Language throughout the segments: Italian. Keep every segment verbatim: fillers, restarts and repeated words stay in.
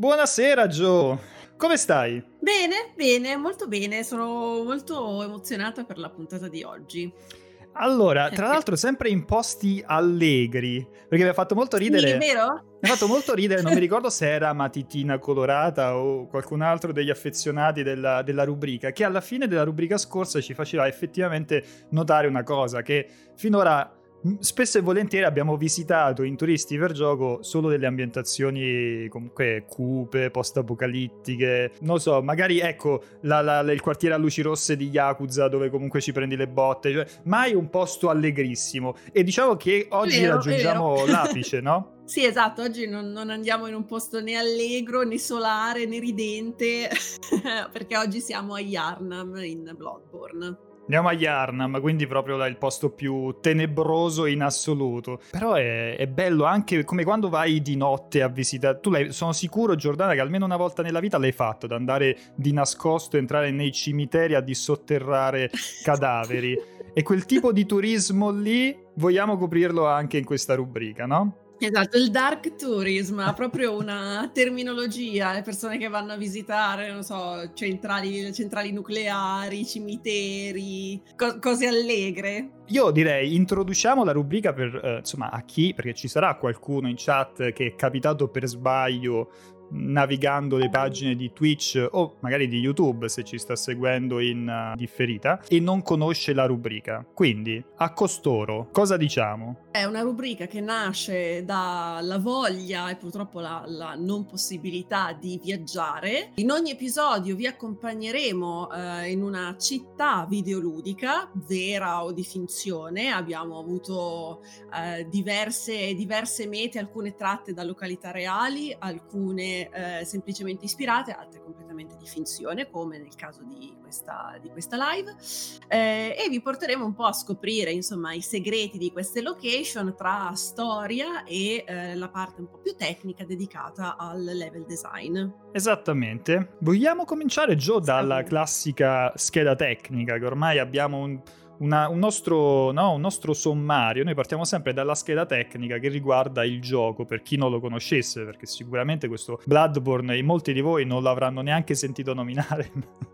Buonasera Gio, come stai? Bene, bene, molto bene, sono molto emozionata per la puntata di oggi. Allora, tra Perché l'altro sempre in posti allegri, perché mi ha fatto molto sì, è ridere, vero? mi ha fatto molto ridere, non mi ricordo se era Matitina Colorata o qualcun altro degli affezionati della, della rubrica, che alla fine della rubrica scorsa ci faceva effettivamente notare una cosa, che finora spesso e volentieri abbiamo visitato in Turisti per Gioco solo delle ambientazioni comunque cupe, post-apocalittiche, non so, magari ecco la, la, il quartiere a luci rosse di Yakuza dove comunque ci prendi le botte, cioè mai un posto allegrissimo. E diciamo che È oggi vero, è vero. raggiungiamo l'apice, no? Sì, esatto, oggi non, non andiamo in un posto né allegro, né solare, né ridente, perché oggi siamo a Yharnam in Bloodborne. Andiamo a Yharnam, quindi proprio il posto più tenebroso in assoluto. Però è, è bello anche come quando vai di notte a visitare. Tu l'hai, sono sicuro, Giordana, che almeno una volta nella vita l'hai fatto, ad andare di nascosto, entrare nei cimiteri a dissotterrare cadaveri. E quel tipo di turismo lì vogliamo coprirlo anche in questa rubrica, no? Esatto, il dark tourism ha proprio una terminologia, le persone che vanno a visitare, non so, centrali, centrali nucleari, cimiteri, co- cose allegre. Io direi introduciamo la rubrica per, eh, insomma, a chi, perché ci sarà qualcuno in chat che è capitato per sbaglio navigando le pagine di Twitch o magari di YouTube se ci sta seguendo in uh, differita e non conosce la rubrica. Quindi, a costoro, cosa diciamo? È una rubrica che nasce dalla voglia e purtroppo la, la non possibilità di viaggiare. In ogni episodio vi accompagneremo eh, in una città videoludica, vera o di finzione. Abbiamo avuto eh, diverse, diverse mete, alcune tratte da località reali, alcune eh, semplicemente ispirate, altre completamente di finzione, come nel caso di questa, di questa live. Eh, e vi porteremo un po' a scoprire, insomma, i segreti di queste location tra storia e eh, la parte un po' più tecnica dedicata al level design. Esattamente. Vogliamo cominciare, Gio, dalla Sì. classica scheda tecnica, che ormai abbiamo un, una, un, nostro, no, un nostro sommario. Noi partiamo sempre dalla scheda tecnica che riguarda il gioco, per chi non lo conoscesse, perché sicuramente questo Bloodborne in molti di voi non l'avranno neanche sentito nominare.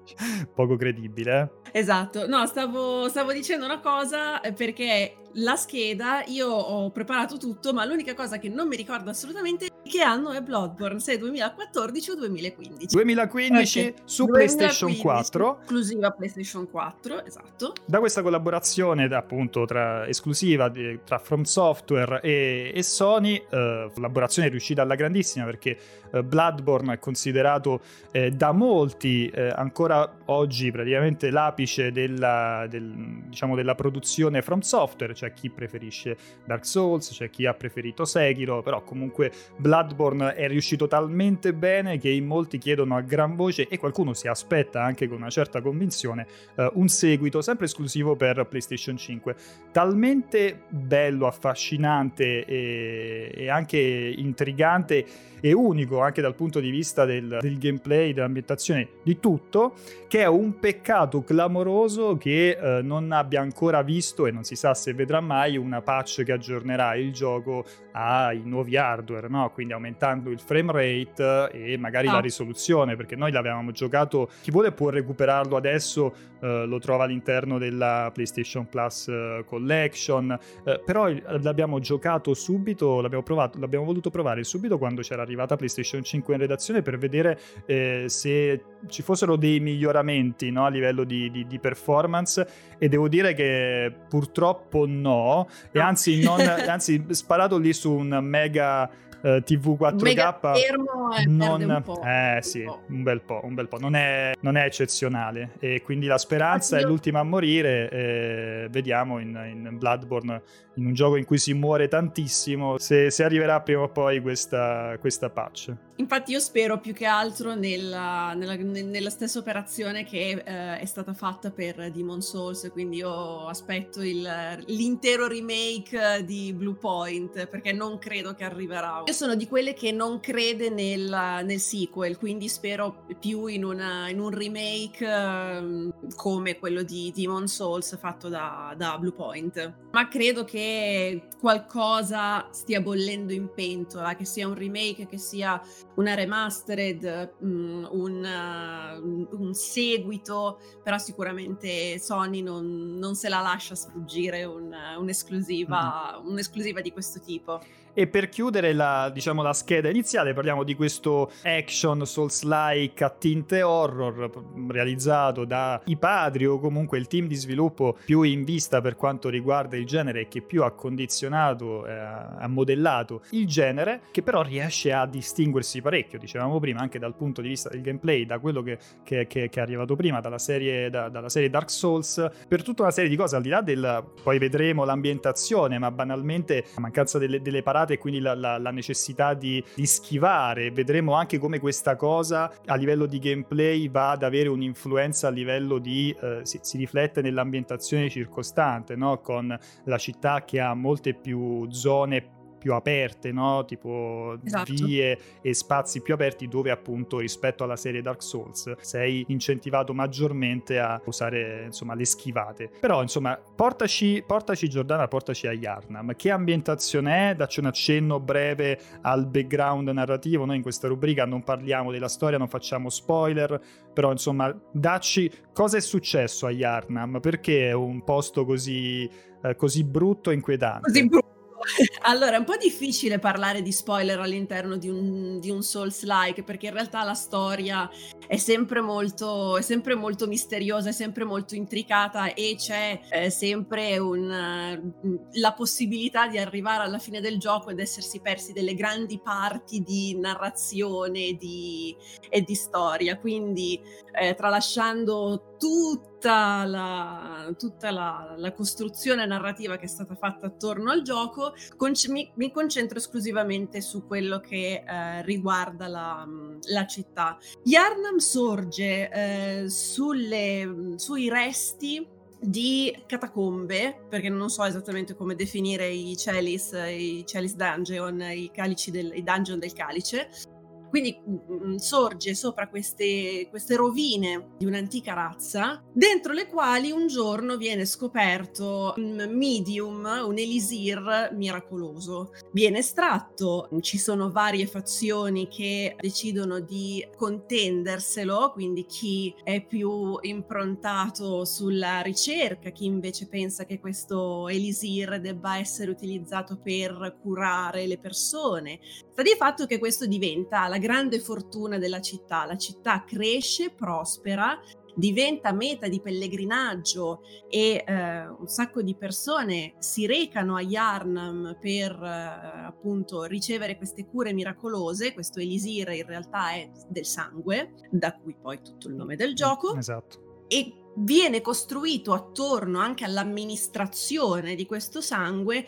Poco credibile, eh? Esatto, no, stavo, stavo dicendo una cosa perché la scheda, io ho preparato tutto, ma l'unica cosa che non mi ricordo assolutamente è che anno è Bloodborne, se è duemilaquattordici o duemilaquindici. duemilaquindici Okay. su duemilaquindici, PlayStation quattro, esclusiva PlayStation quattro, esatto. Da questa collaborazione appunto tra esclusiva di, tra From Software e, e Sony, eh, collaborazione riuscita alla grandissima perché eh, Bloodborne è considerato eh, da molti eh, ancora oggi praticamente l'apice della, del, diciamo, della produzione From Software. C'è chi preferisce Dark Souls, c'è chi ha preferito Sekiro, però comunque Bloodborne è riuscito talmente bene che in molti chiedono a gran voce, e qualcuno si aspetta anche con una certa convinzione, eh, un seguito sempre esclusivo per PlayStation cinque. Talmente bello, affascinante e, e anche intrigante e unico anche dal punto di vista del, del gameplay, dell'ambientazione, di tutto, che è un peccato clamoroso che eh, non abbia ancora visto, e non si sa se vedrà mai, una patch che aggiornerà il gioco ai nuovi hardware, no? Quindi aumentando il frame rate e magari ah. la risoluzione, perché noi l'avevamo giocato, chi vuole può recuperarlo adesso, eh, lo trova all'interno della PlayStation Plus eh, Collection, eh, però l'abbiamo giocato subito, l'abbiamo provato, l'abbiamo voluto provare subito quando c'era arrivata PlayStation cinque in redazione per vedere eh, se ci fossero dei miglioramenti, no, a livello di, di, di performance, e devo dire che purtroppo no, e anzi, non, anzi sparato lì su un mega Uh, T V quattro K mega fermo e non, un po', eh un sì, po'. un bel po', un bel po'. Non è, non è eccezionale, e quindi la speranza Infatti è io... l'ultima a morire. E vediamo in, in Bloodborne, in un gioco in cui si muore tantissimo, se, se arriverà prima o poi questa, questa patch. Infatti io spero più che altro nella, nella, nella stessa operazione che eh, è stata fatta per Demon's Souls, quindi io aspetto il, l'intero remake di Bluepoint, perché non credo che arriverà. Io sono di quelle che non crede nel, nel sequel, quindi spero più in, una, in un remake eh, come quello di Demon's Souls fatto da, da Bluepoint. Ma credo che che qualcosa stia bollendo in pentola, che sia un remake, che sia una remastered, um, un, uh, un seguito, però sicuramente Sony non, non se la lascia sfuggire un, un'esclusiva, mm-hmm. un'esclusiva di questo tipo. E per chiudere la, diciamo, la scheda iniziale parliamo di questo action Souls-like a tinte horror realizzato da i padri o comunque il team di sviluppo più in vista per quanto riguarda il genere e che più ha condizionato, eh, ha modellato il genere, che però riesce a distinguersi parecchio, dicevamo prima, anche dal punto di vista del gameplay, da quello che, che, che, che è arrivato prima dalla serie, da, dalla serie Dark Souls, per tutta una serie di cose, al di là del, poi vedremo l'ambientazione, ma banalmente la mancanza delle, delle parate e quindi la, la, la necessità di, di schivare. Vedremo anche come questa cosa a livello di gameplay va ad avere un'influenza a livello di eh, si, si riflette nell'ambientazione circostante, no? Con la città che ha molte più zone più aperte, no? Tipo esatto. vie e spazi più aperti dove appunto rispetto alla serie Dark Souls sei incentivato maggiormente a usare insomma le schivate. Però insomma portaci, portaci Giordana, portaci a Yharnam. Che ambientazione è? Dacci un accenno breve al background narrativo. Noi in questa rubrica non parliamo della storia, non facciamo spoiler, però insomma dacci cosa è successo a Yharnam, perché è un posto così, eh, così brutto e inquietante. Così brutto. Allora, è un po' difficile parlare di spoiler all'interno di un, di un Souls-like, perché in realtà la storia è sempre molto, è sempre molto misteriosa, è sempre molto intricata e c'è eh, sempre un, uh, la possibilità di arrivare alla fine del gioco ed essersi persi delle grandi parti di narrazione di, e di storia. Quindi eh, tralasciando tutta la, tutta la, la costruzione narrativa che è stata fatta attorno al gioco, con, mi, mi concentro esclusivamente su quello che eh, riguarda la, la città. Yharnam sorge eh, sulle, sui resti di catacombe, perché non so esattamente come definire i Chalice, i Chalice Dungeon, i, calici del, i dungeon del calice. Quindi mh, sorge sopra queste, queste rovine di un'antica razza, dentro le quali un giorno viene scoperto un medium, un elisir miracoloso. Viene estratto, ci sono varie fazioni che decidono di contenderselo, quindi chi è più improntato sulla ricerca, chi invece pensa che questo elisir debba essere utilizzato per curare le persone. Sta di fatto che questo diventa la grande fortuna della città. La città cresce, prospera, diventa meta di pellegrinaggio e eh, un sacco di persone si recano a Yharnam per eh, appunto ricevere queste cure miracolose. Questo elisir in realtà è del sangue, da cui poi tutto il nome del gioco. Esatto. E viene costruito attorno anche all'amministrazione di questo sangue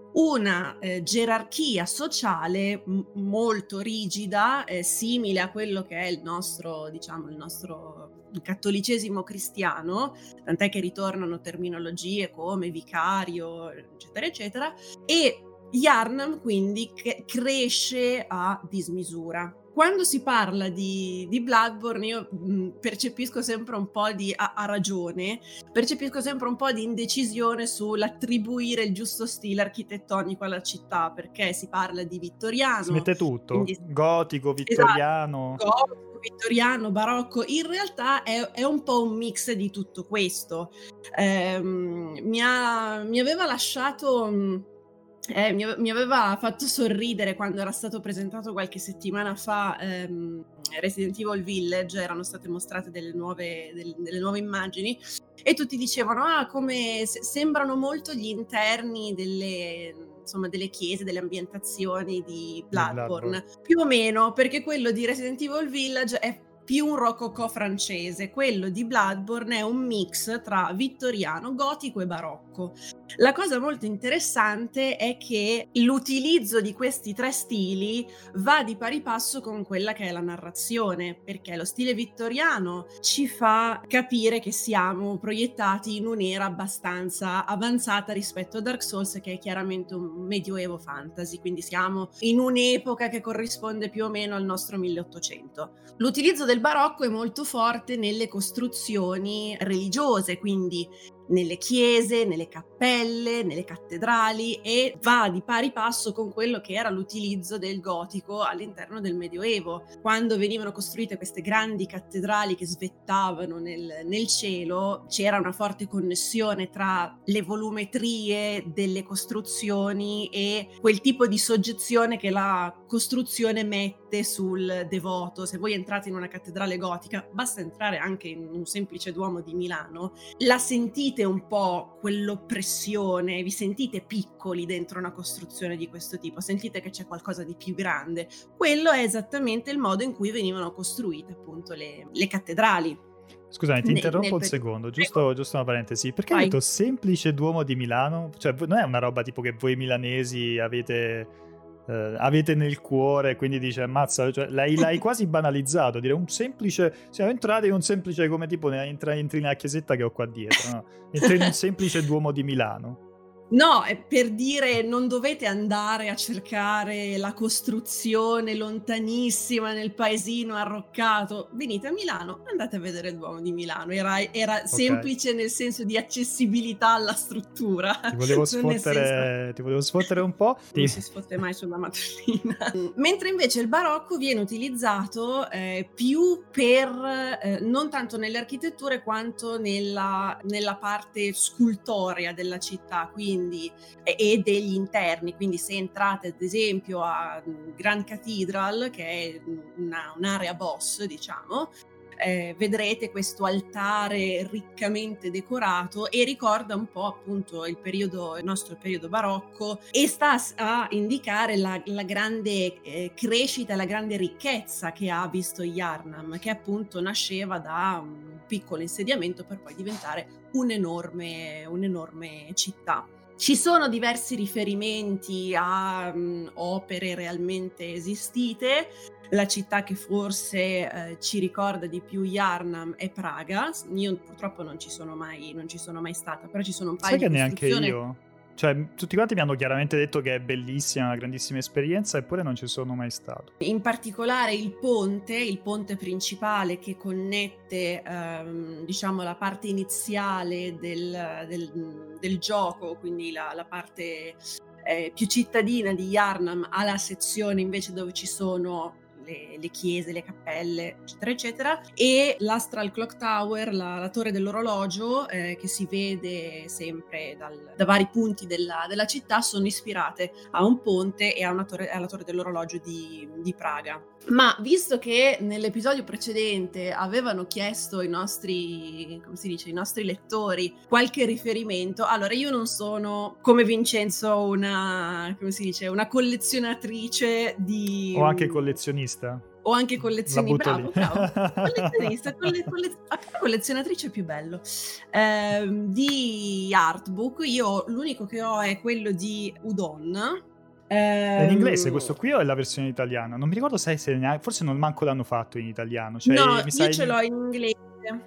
una eh, gerarchia sociale m- molto rigida, eh, simile a quello che è il nostro, diciamo, il nostro cattolicesimo cristiano, tant'è che ritornano terminologie come vicario, eccetera, eccetera, e Yharnam quindi che cresce a dismisura. Quando si parla di, di Bloodborne io mh, percepisco sempre un po' di, a, a ragione, percepisco sempre un po' di indecisione sull'attribuire il giusto stile architettonico alla città, perché si parla di vittoriano. Si mette tutto, quindi, gotico, vittoriano. Esatto, gotico, vittoriano, barocco. In realtà è, è un po' un mix di tutto questo. Eh, mi, ha, mi aveva lasciato... Mh, Eh, mi, mi aveva fatto sorridere quando era stato presentato qualche settimana fa ehm, Resident Evil Village, erano state mostrate delle nuove, del, delle nuove immagini e tutti dicevano ah come se, sembrano molto gli interni delle, insomma, delle chiese, delle ambientazioni di Bloodborne. Bloodborne più o meno, perché quello di Resident Evil Village è più un rococò francese, quello di Bloodborne è un mix tra vittoriano, gotico e barocco. La cosa molto interessante è che l'utilizzo di questi tre stili va di pari passo con quella che è la narrazione, perché lo stile vittoriano ci fa capire che siamo proiettati in un'era abbastanza avanzata rispetto a Dark Souls, che è chiaramente un medioevo fantasy, quindi siamo in un'epoca che corrisponde più o meno al nostro milleottocento. L'utilizzo del barocco è molto forte nelle costruzioni religiose, quindi nelle chiese, nelle cappelle, nelle cattedrali, e va di pari passo con quello che era l'utilizzo del gotico all'interno del Medioevo. Quando venivano costruite queste grandi cattedrali che svettavano nel, nel cielo, c'era una forte connessione tra le volumetrie delle costruzioni e quel tipo di soggezione che la costruzione mette sul devoto. Se voi entrate in una cattedrale gotica, basta entrare anche in un semplice Duomo di Milano, la sentite un po' quell'oppressione, vi sentite piccoli dentro una costruzione di questo tipo, sentite che c'è qualcosa di più grande. Quello è esattamente il modo in cui venivano costruite appunto le, le cattedrali. Scusami, ti Nel- interrompo nel un per- secondo, Prego. giusto, giusto una parentesi. Perché hai Vai. detto semplice Duomo di Milano? Cioè, v- non è una roba tipo che voi milanesi avete, eh, avete nel cuore, quindi dice, ammazza, cioè, l'hai, l'hai quasi banalizzato, dire un semplice, cioè entrate in un semplice come tipo ne- entra- entri nella chiesetta che ho qua dietro, no? Entri in un semplice Duomo di Milano. No, è per dire non dovete andare a cercare la costruzione lontanissima nel paesino arroccato. Venite a Milano, andate a vedere il Duomo di Milano. Era, era semplice nel senso di accessibilità alla struttura. Ti volevo Non nel senso- sfottere, ti volevo sfottere un po'. non Ti- si sfotte mai sulla Madonnina. Mentre invece il barocco viene utilizzato eh, più per eh, non tanto nelle architetture quanto nella, nella parte scultorea della città, quindi e, e degli interni. Quindi se entrate ad esempio a Grand Cathedral, che è una, un'area boss, diciamo, Eh, vedrete questo altare riccamente decorato e ricorda un po' appunto il periodo, il nostro periodo barocco, e sta a indicare la, la grande eh, crescita, la grande ricchezza che ha visto Yarnam, che appunto nasceva da un piccolo insediamento per poi diventare un'enorme, un'enorme città. Ci sono diversi riferimenti a um, opere realmente esistite. La città che forse eh, ci ricorda di più Yarnam è Praga. Io purtroppo non ci sono mai, non ci sono mai stata, però ci sono un paio Sai di che neanche costruzioni. io? Cioè, tutti quanti mi hanno chiaramente detto che è bellissima, una grandissima esperienza, eppure non ci sono mai stato. In particolare il ponte, il ponte principale che connette ehm, diciamo la parte iniziale del, del, del gioco, quindi la, la parte eh, più cittadina di Yarnam, alla sezione invece dove ci sono le, le chiese, le cappelle, eccetera, eccetera, e l'Astral Clock Tower, la, la torre dell'orologio, eh, che si vede sempre dal, da vari punti della, della città, sono ispirate a un ponte e a una torre, alla torre dell'orologio di, di Praga. Ma visto che nell'episodio precedente avevano chiesto i nostri, come si dice, i nostri lettori qualche riferimento, allora io non sono come Vincenzo una, come si dice, una collezionatrice di... O anche collezionista. O anche La collezioni, butto bravo, lì. bravo. Collezionista, colle, colle, collezionatrice è più bello. Eh, di artbook, io l'unico che ho è quello di Udon. È in inglese Ehm, questo qui o è la versione italiana? Non mi ricordo se, se neanche, forse non manco l'hanno fatto in italiano. Cioè, no, mi io sai... ce l'ho in inglese.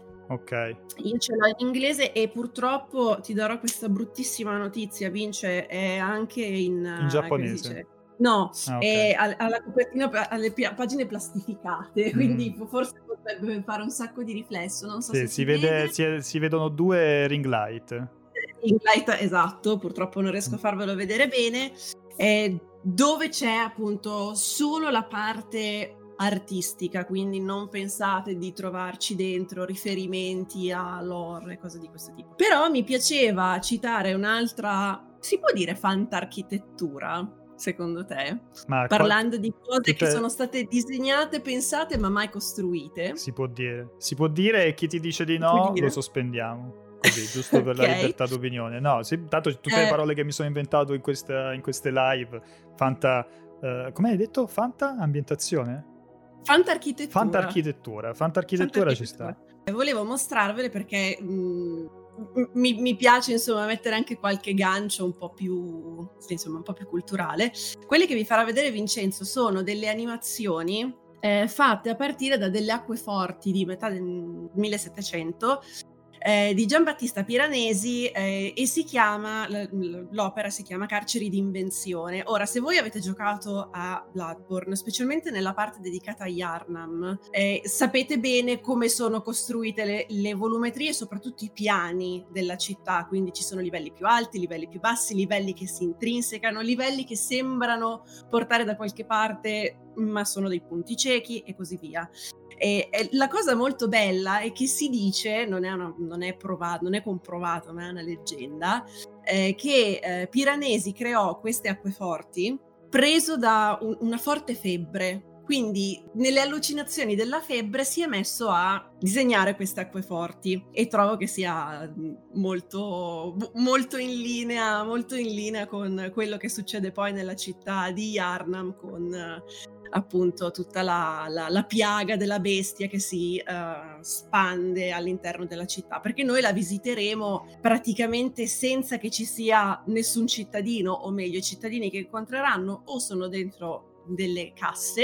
Ok. Io ce l'ho in inglese e purtroppo ti darò questa bruttissima notizia, Vince, è anche in... In come si giapponese. dice? No, Ah, ok. è al- alla copertina, alle pi- pagine plastificate, Mm. quindi forse potrebbe fare un sacco di riflesso, non so Sì, se si, si vede, vede. si, si vedono due ring light. In light, esatto, purtroppo non riesco a farvelo vedere bene, eh, dove c'è appunto solo la parte artistica, quindi non pensate di trovarci dentro riferimenti a lore e cose di questo tipo. Però mi piaceva citare un'altra, si può dire fantarchitettura, secondo te? Ma Parlando di cose tutte- che sono state disegnate, pensate, ma mai costruite. Si può dire. Si può dire e chi ti dice di Puoi no dire? lo sospendiamo. Così, giusto per la Ok. libertà d'opinione. No, sì, tanto tutte le Eh. parole che mi sono inventato in, questa- in queste live. Fanta... eh, come hai detto? Fanta? Ambientazione? Fantarchitettura. Fantarchitettura. Fantarchitettura ci sta. E volevo mostrarvele perché mh, mi, mi piace insomma mettere anche qualche gancio un po' più, insomma, un po' più culturale. Quelle che vi farà vedere Vincenzo sono delle animazioni eh, fatte a partire da delle acqueforti di metà del millesettecento, eh, di Giambattista Piranesi eh, e si chiama, l'opera si chiama Carceri d'invenzione. Ora, se voi avete giocato a Bloodborne, specialmente nella parte dedicata a Yharnam, eh, sapete bene come sono costruite le, le volumetrie e soprattutto i piani della città, quindi ci sono livelli più alti, livelli più bassi, livelli che si intrinsecano, livelli che sembrano portare da qualche parte ma sono dei punti ciechi e così via. E, e la cosa molto bella è che si dice, non è, una, non è, provato, non è comprovato, ma è una leggenda, eh, che eh, Piranesi creò queste acqueforti preso da un, una forte febbre. Quindi nelle allucinazioni della febbre si è messo a disegnare queste acqueforti e trovo che sia molto, molto in linea, molto in linea con quello che succede poi nella città di Yharnam, con appunto tutta la, la, la piaga della bestia che si uh, spande all'interno della città, perché noi la visiteremo praticamente senza che ci sia nessun cittadino, o meglio i cittadini che incontreranno o sono dentro delle casse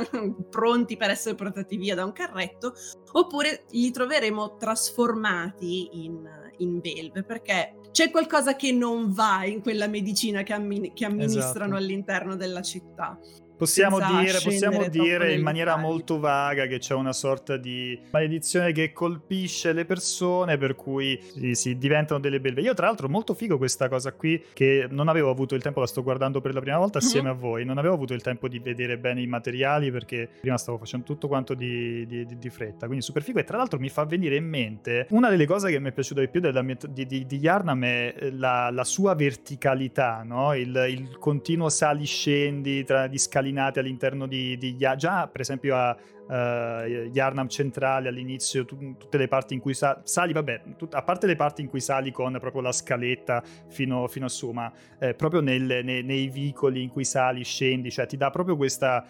pronti per essere portati via da un carretto, oppure li troveremo trasformati in, in belve, perché c'è qualcosa che non va in quella medicina che, ammin- che amministrano esatto. all'interno della città. Possiamo dire, possiamo dire in maniera dettagli. molto vaga che c'è una sorta di maledizione che colpisce le persone, per cui si, si diventano delle belve. Io tra l'altro molto figo questa cosa qui, che non avevo avuto il tempo, la sto guardando per la prima volta assieme mm-hmm. a voi, non avevo avuto il tempo di vedere bene i materiali perché prima stavo facendo tutto quanto di, di, di, di fretta, quindi super figo. E tra l'altro mi fa venire in mente una delle cose che mi è piaciuta di più della mia, di, di, di Yharnam è la, la sua verticalità, no? il, il continuo sali-scendi tra di scali all'interno di, di già per esempio a uh, Yharnam centrale all'inizio tu, tutte le parti in cui sa, sali vabbè tut, a parte le parti in cui sali con proprio la scaletta fino, fino a su, ma eh, proprio nel, nei, nei vicoli in cui sali scendi, cioè ti dà proprio questa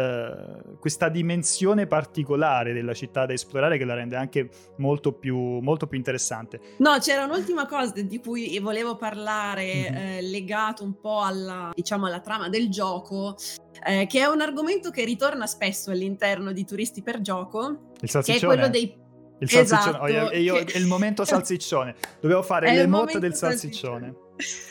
Uh, questa dimensione particolare della città da esplorare che la rende anche molto più, molto più interessante. No, c'era un'ultima cosa di cui volevo parlare mm-hmm. eh, legato un po' alla, diciamo, alla trama del gioco, eh, che è un argomento che ritorna spesso all'interno di Turisti per Gioco, il salsiccione, che è quello dei il salsiccione. Esatto, oh, io, io, che... è il momento salsiccione, dovevo fare l'emote del salsiccione, salsiccione.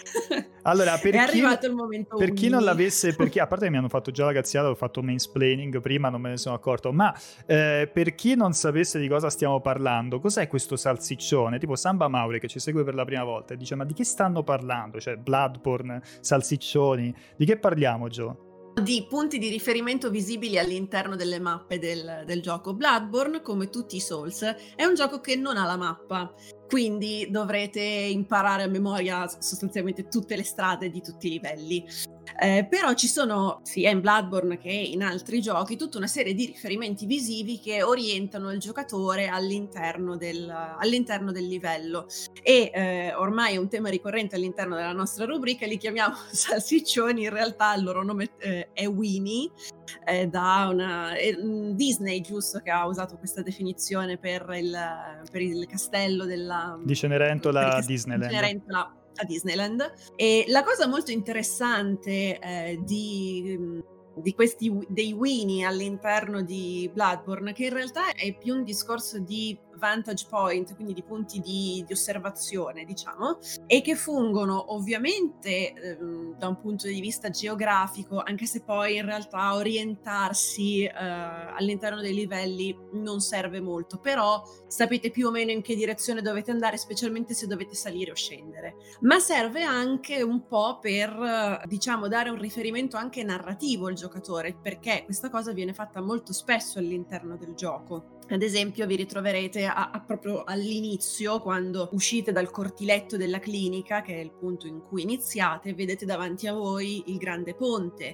Allora, per è chi, arrivato il momento per chi non l'avesse, per chi, a parte che mi hanno fatto già la cazziata, ho fatto mansplaining prima, non me ne sono accorto, ma eh, per chi non sapesse di cosa stiamo parlando, cos'è questo salsiccione? Tipo Samba Mauri che ci segue per la prima volta e dice: ma di che stanno parlando? Cioè Bloodborne, salsiccioni, di che parliamo, Gio? Di punti di riferimento visibili all'interno delle mappe del, del gioco. Bloodborne, come tutti i Souls, è un gioco che non ha la mappa, quindi dovrete imparare a memoria sostanzialmente tutte le strade di tutti i livelli. Eh, però ci sono, sia in Bloodborne che in altri giochi, tutta una serie di riferimenti visivi che orientano il giocatore all'interno del, all'interno del livello, e eh, ormai è un tema ricorrente all'interno della nostra rubrica, li chiamiamo salsiccioni, in realtà il loro nome eh, è Winnie, eh, da una eh, Disney, giusto, che ha usato questa definizione per il, per il castello della, di Cenerentola Disneyland. Cenerentola a Disneyland. E la cosa molto interessante eh, di, di questi dei Winnie all'interno di Bloodborne, che in realtà è più un discorso di vantage point, quindi di punti di, di osservazione, diciamo, e che fungono ovviamente ehm, da un punto di vista geografico, anche se poi in realtà orientarsi eh, all'interno dei livelli non serve molto, però sapete più o meno in che direzione dovete andare, specialmente se dovete salire o scendere. Ma serve anche un po' per, diciamo, dare un riferimento anche narrativo al giocatore, perché questa cosa viene fatta molto spesso all'interno del gioco. Ad esempio vi ritroverete a, a proprio all'inizio, quando uscite dal cortiletto della clinica, che è il punto in cui iniziate, vedete davanti a voi il grande ponte.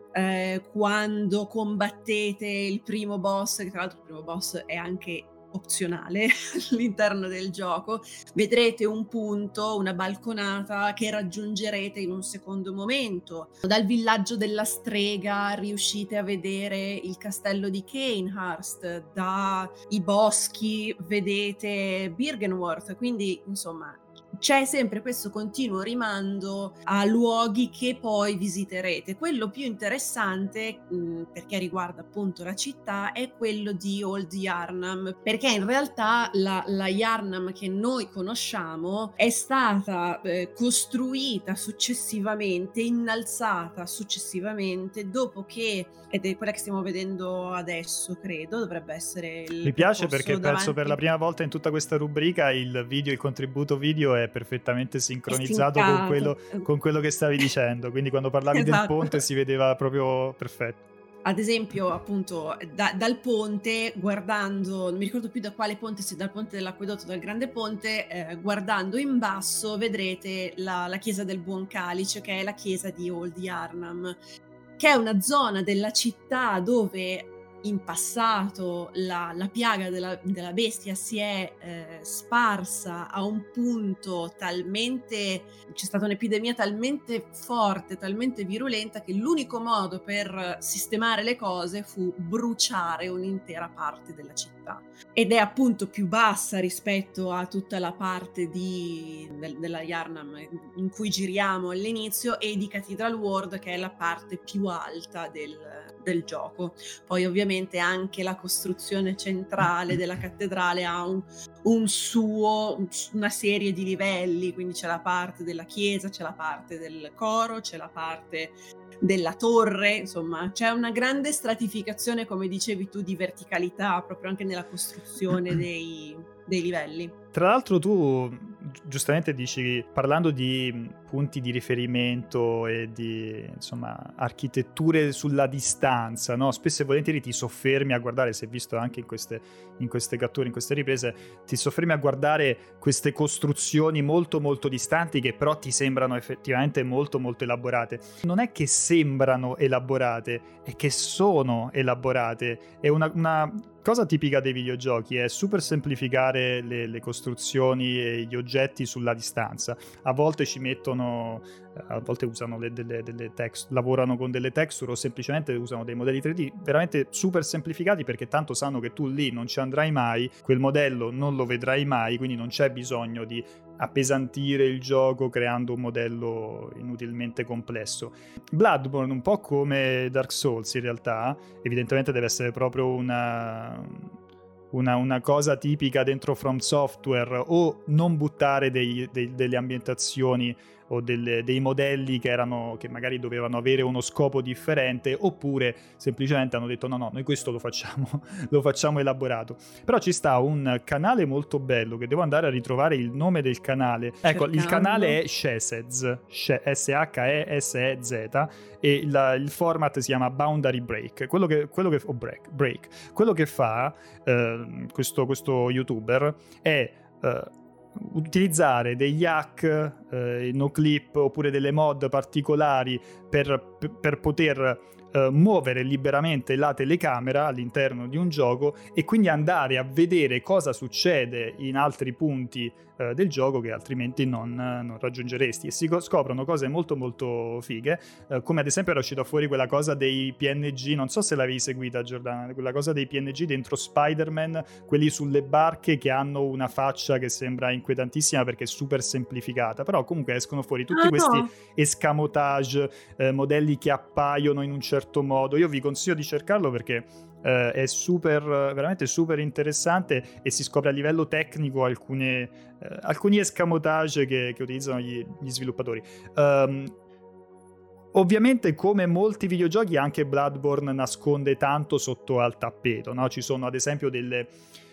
Eh, quando combattete il primo boss, che tra l'altro il primo boss è anche opzionale all'interno del gioco, vedrete un punto, una balconata che raggiungerete in un secondo momento. Dal villaggio della strega riuscite a vedere il castello di Cainhurst, dai boschi vedete Byrgenwerth, quindi insomma c'è sempre questo continuo rimando a luoghi che poi visiterete. Quello più interessante, mh, perché riguarda appunto la città, è quello di Old Yarnam, perché in realtà la, la Yarnam che noi conosciamo è stata eh, costruita successivamente, innalzata successivamente, dopo che, ed è quella che stiamo vedendo adesso, credo, dovrebbe essere il Mi piace perché davanti... penso per la prima volta in tutta questa rubrica il video, il contributo video è perfettamente sincronizzato è con quello, con quello che stavi dicendo, quindi quando parlavi esatto. del ponte si vedeva proprio perfetto. Ad esempio, appunto, da, dal ponte, guardando, non mi ricordo più da quale ponte, se dal ponte dell'acquedotto o dal grande ponte, eh, guardando in basso vedrete la, la chiesa del Buon Calice, che è la chiesa di Old Yarnam, che è una zona della città dove in passato la, la piaga della, della bestia si è eh, sparsa a un punto talmente, c'è stata un'epidemia talmente forte, talmente virulenta, che l'unico modo per sistemare le cose fu bruciare un'intera parte della città. Ed è appunto più bassa rispetto a tutta la parte di, del, della Yarnam in cui giriamo all'inizio, e di Cathedral World, che è la parte più alta del, del gioco. Poi ovviamente anche la costruzione centrale della cattedrale ha un, un suo, una serie di livelli, quindi c'è la parte della chiesa, c'è la parte del coro, c'è la parte della torre, insomma c'è una grande stratificazione, come dicevi tu, di verticalità proprio anche nella costruzione dei, dei livelli. Tra l'altro tu giustamente dici, parlando di punti di riferimento e di, insomma, architetture sulla distanza, no? Spesso e volentieri ti soffermi a guardare, si è visto anche in queste, in queste catture, in queste riprese, ti soffermi a guardare queste costruzioni molto molto distanti che però ti sembrano effettivamente molto molto elaborate. Non è che sembrano elaborate, è che sono elaborate. È una, una cosa tipica dei videogiochi, è super semplificare le, le costruzioni e gli oggetti sulla distanza. A volte ci mettono, a volte usano le, delle, delle text, lavorano con delle texture o semplicemente usano dei modelli tre D veramente super semplificati, perché tanto sanno che tu lì non ci andrai mai, quel modello non lo vedrai mai, quindi non c'è bisogno di appesantire il gioco creando un modello inutilmente complesso. Bloodborne, un po' come Dark Souls in realtà, evidentemente deve essere proprio una, una, una cosa tipica dentro From Software, o non buttare dei, dei, delle ambientazioni o delle, dei modelli che erano, che magari dovevano avere uno scopo differente, oppure semplicemente hanno detto no no, noi questo lo facciamo lo facciamo elaborato. Però ci sta un canale molto bello, che devo andare a ritrovare il nome del canale. Ecco, cercando. Il canale è Shesez, S H E S E Z, e la, il format si chiama Boundary Break. Quello che, quello che oh, break, break. Quello che fa eh, questo, questo youtuber è eh, utilizzare degli hack, eh, no clip, oppure delle mod particolari per, per poter eh, muovere liberamente la telecamera all'interno di un gioco, e quindi andare a vedere cosa succede in altri punti eh, del gioco che altrimenti non, non raggiungeresti, e si scoprono cose molto molto fighe, eh, come ad esempio era uscita fuori quella cosa dei P N G, non so se l'avevi seguita Giordana, quella cosa dei P N G dentro Spider-Man, quelli sulle barche che hanno una faccia che sembra inquietantissima perché è super semplificata, però comunque escono fuori tutti ah, questi no. escamotage, eh, modelli che appaiono in un certo modo. Io vi consiglio di cercarlo perché uh, è super, veramente super interessante, e si scopre a livello tecnico alcune, uh, alcuni escamotage che, che utilizzano gli, gli sviluppatori. Um, Ovviamente, come molti videogiochi, anche Bloodborne nasconde tanto sotto al tappeto, no? Ci sono ad esempio delle,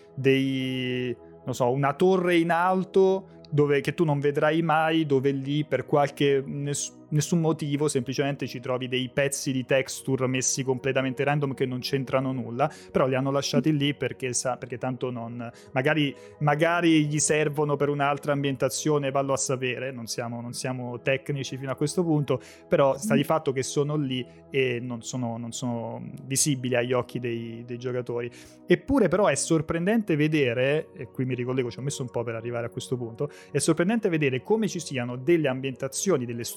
dei, non so, una torre in alto dove, che tu non vedrai mai, dove lì per qualche ness, nessun motivo semplicemente ci trovi dei pezzi di texture messi completamente random che non c'entrano nulla, però li hanno lasciati lì perché, sa, perché tanto non magari, magari gli servono per un'altra ambientazione, vallo a sapere, non siamo, non siamo tecnici fino a questo punto, però sta di fatto che sono lì e non sono, non sono visibili agli occhi dei, dei giocatori. Eppure però è sorprendente vedere, e qui mi ricollego, ci ho messo un po' per arrivare a questo punto, è sorprendente vedere come ci siano delle ambientazioni, delle strutture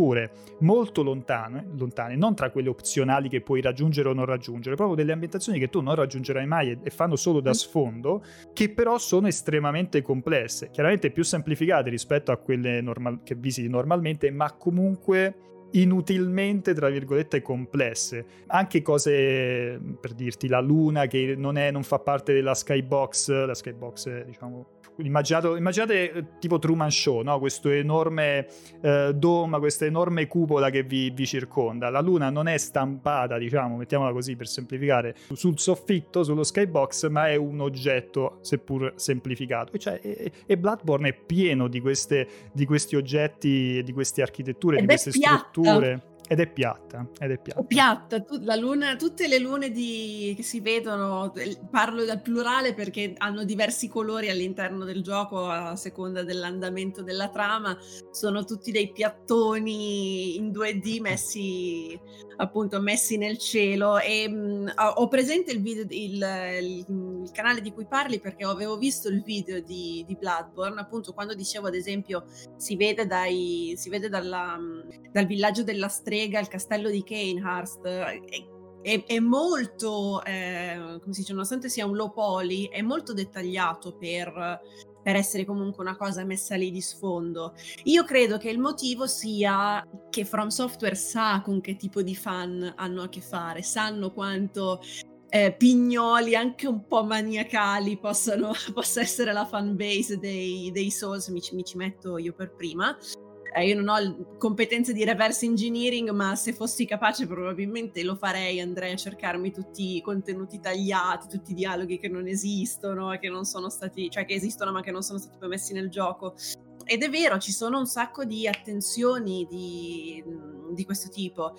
strutture molto lontane, lontane, non tra quelle opzionali che puoi raggiungere o non raggiungere, proprio delle ambientazioni che tu non raggiungerai mai e, e fanno solo da sfondo, che però sono estremamente complesse, chiaramente più semplificate rispetto a quelle normal- che visiti normalmente, ma comunque inutilmente, tra virgolette, complesse. Anche cose, per dirti, la luna che non, è, non fa parte della skybox, la skybox è, diciamo, immaginate, immaginate tipo Truman Show, no? Questo enorme eh, dome, questa enorme cupola che vi, vi circonda. La luna non è stampata, diciamo, mettiamola così per semplificare, sul soffitto, sullo skybox, ma è un oggetto, seppur semplificato. E, cioè, e, e Bloodborne è pieno di, queste, di questi oggetti, di queste architetture, Ed di queste piatta. strutture. Ed è piatta, ed è piatta. È piatta, tu, la luna, tutte le lune di, che si vedono, parlo dal plurale perché hanno diversi colori all'interno del gioco a seconda dell'andamento della trama, sono tutti dei piattoni in due D messi appunto messi nel cielo. E mh, ho presente il video, il, il, il canale di cui parli, perché avevo visto il video di, di Bloodborne, appunto quando dicevo ad esempio si vede dai si vede dalla, dal villaggio della strega il castello di Cainhurst, è, è, è molto eh, come si dice, nonostante sia un low poly, è molto dettagliato per per essere comunque una cosa messa lì di sfondo. Io credo che il motivo sia che From Software sa con che tipo di fan hanno a che fare, sanno quanto eh, pignoli, anche un po' maniacali, possano, possa essere la fan base dei, dei Souls, mi, mi ci metto io per prima. Eh, io non ho competenze di reverse engineering, ma se fossi capace probabilmente lo farei, andrei a cercarmi tutti i contenuti tagliati, tutti i dialoghi che non esistono, che non sono stati, cioè che esistono ma che non sono stati poi messi nel gioco. Ed è vero, ci sono un sacco di attenzioni di, di questo tipo,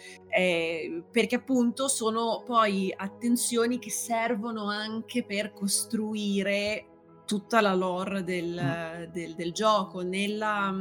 eh, perché appunto sono poi attenzioni che servono anche per costruire tutta la lore del, del, del gioco. Nella...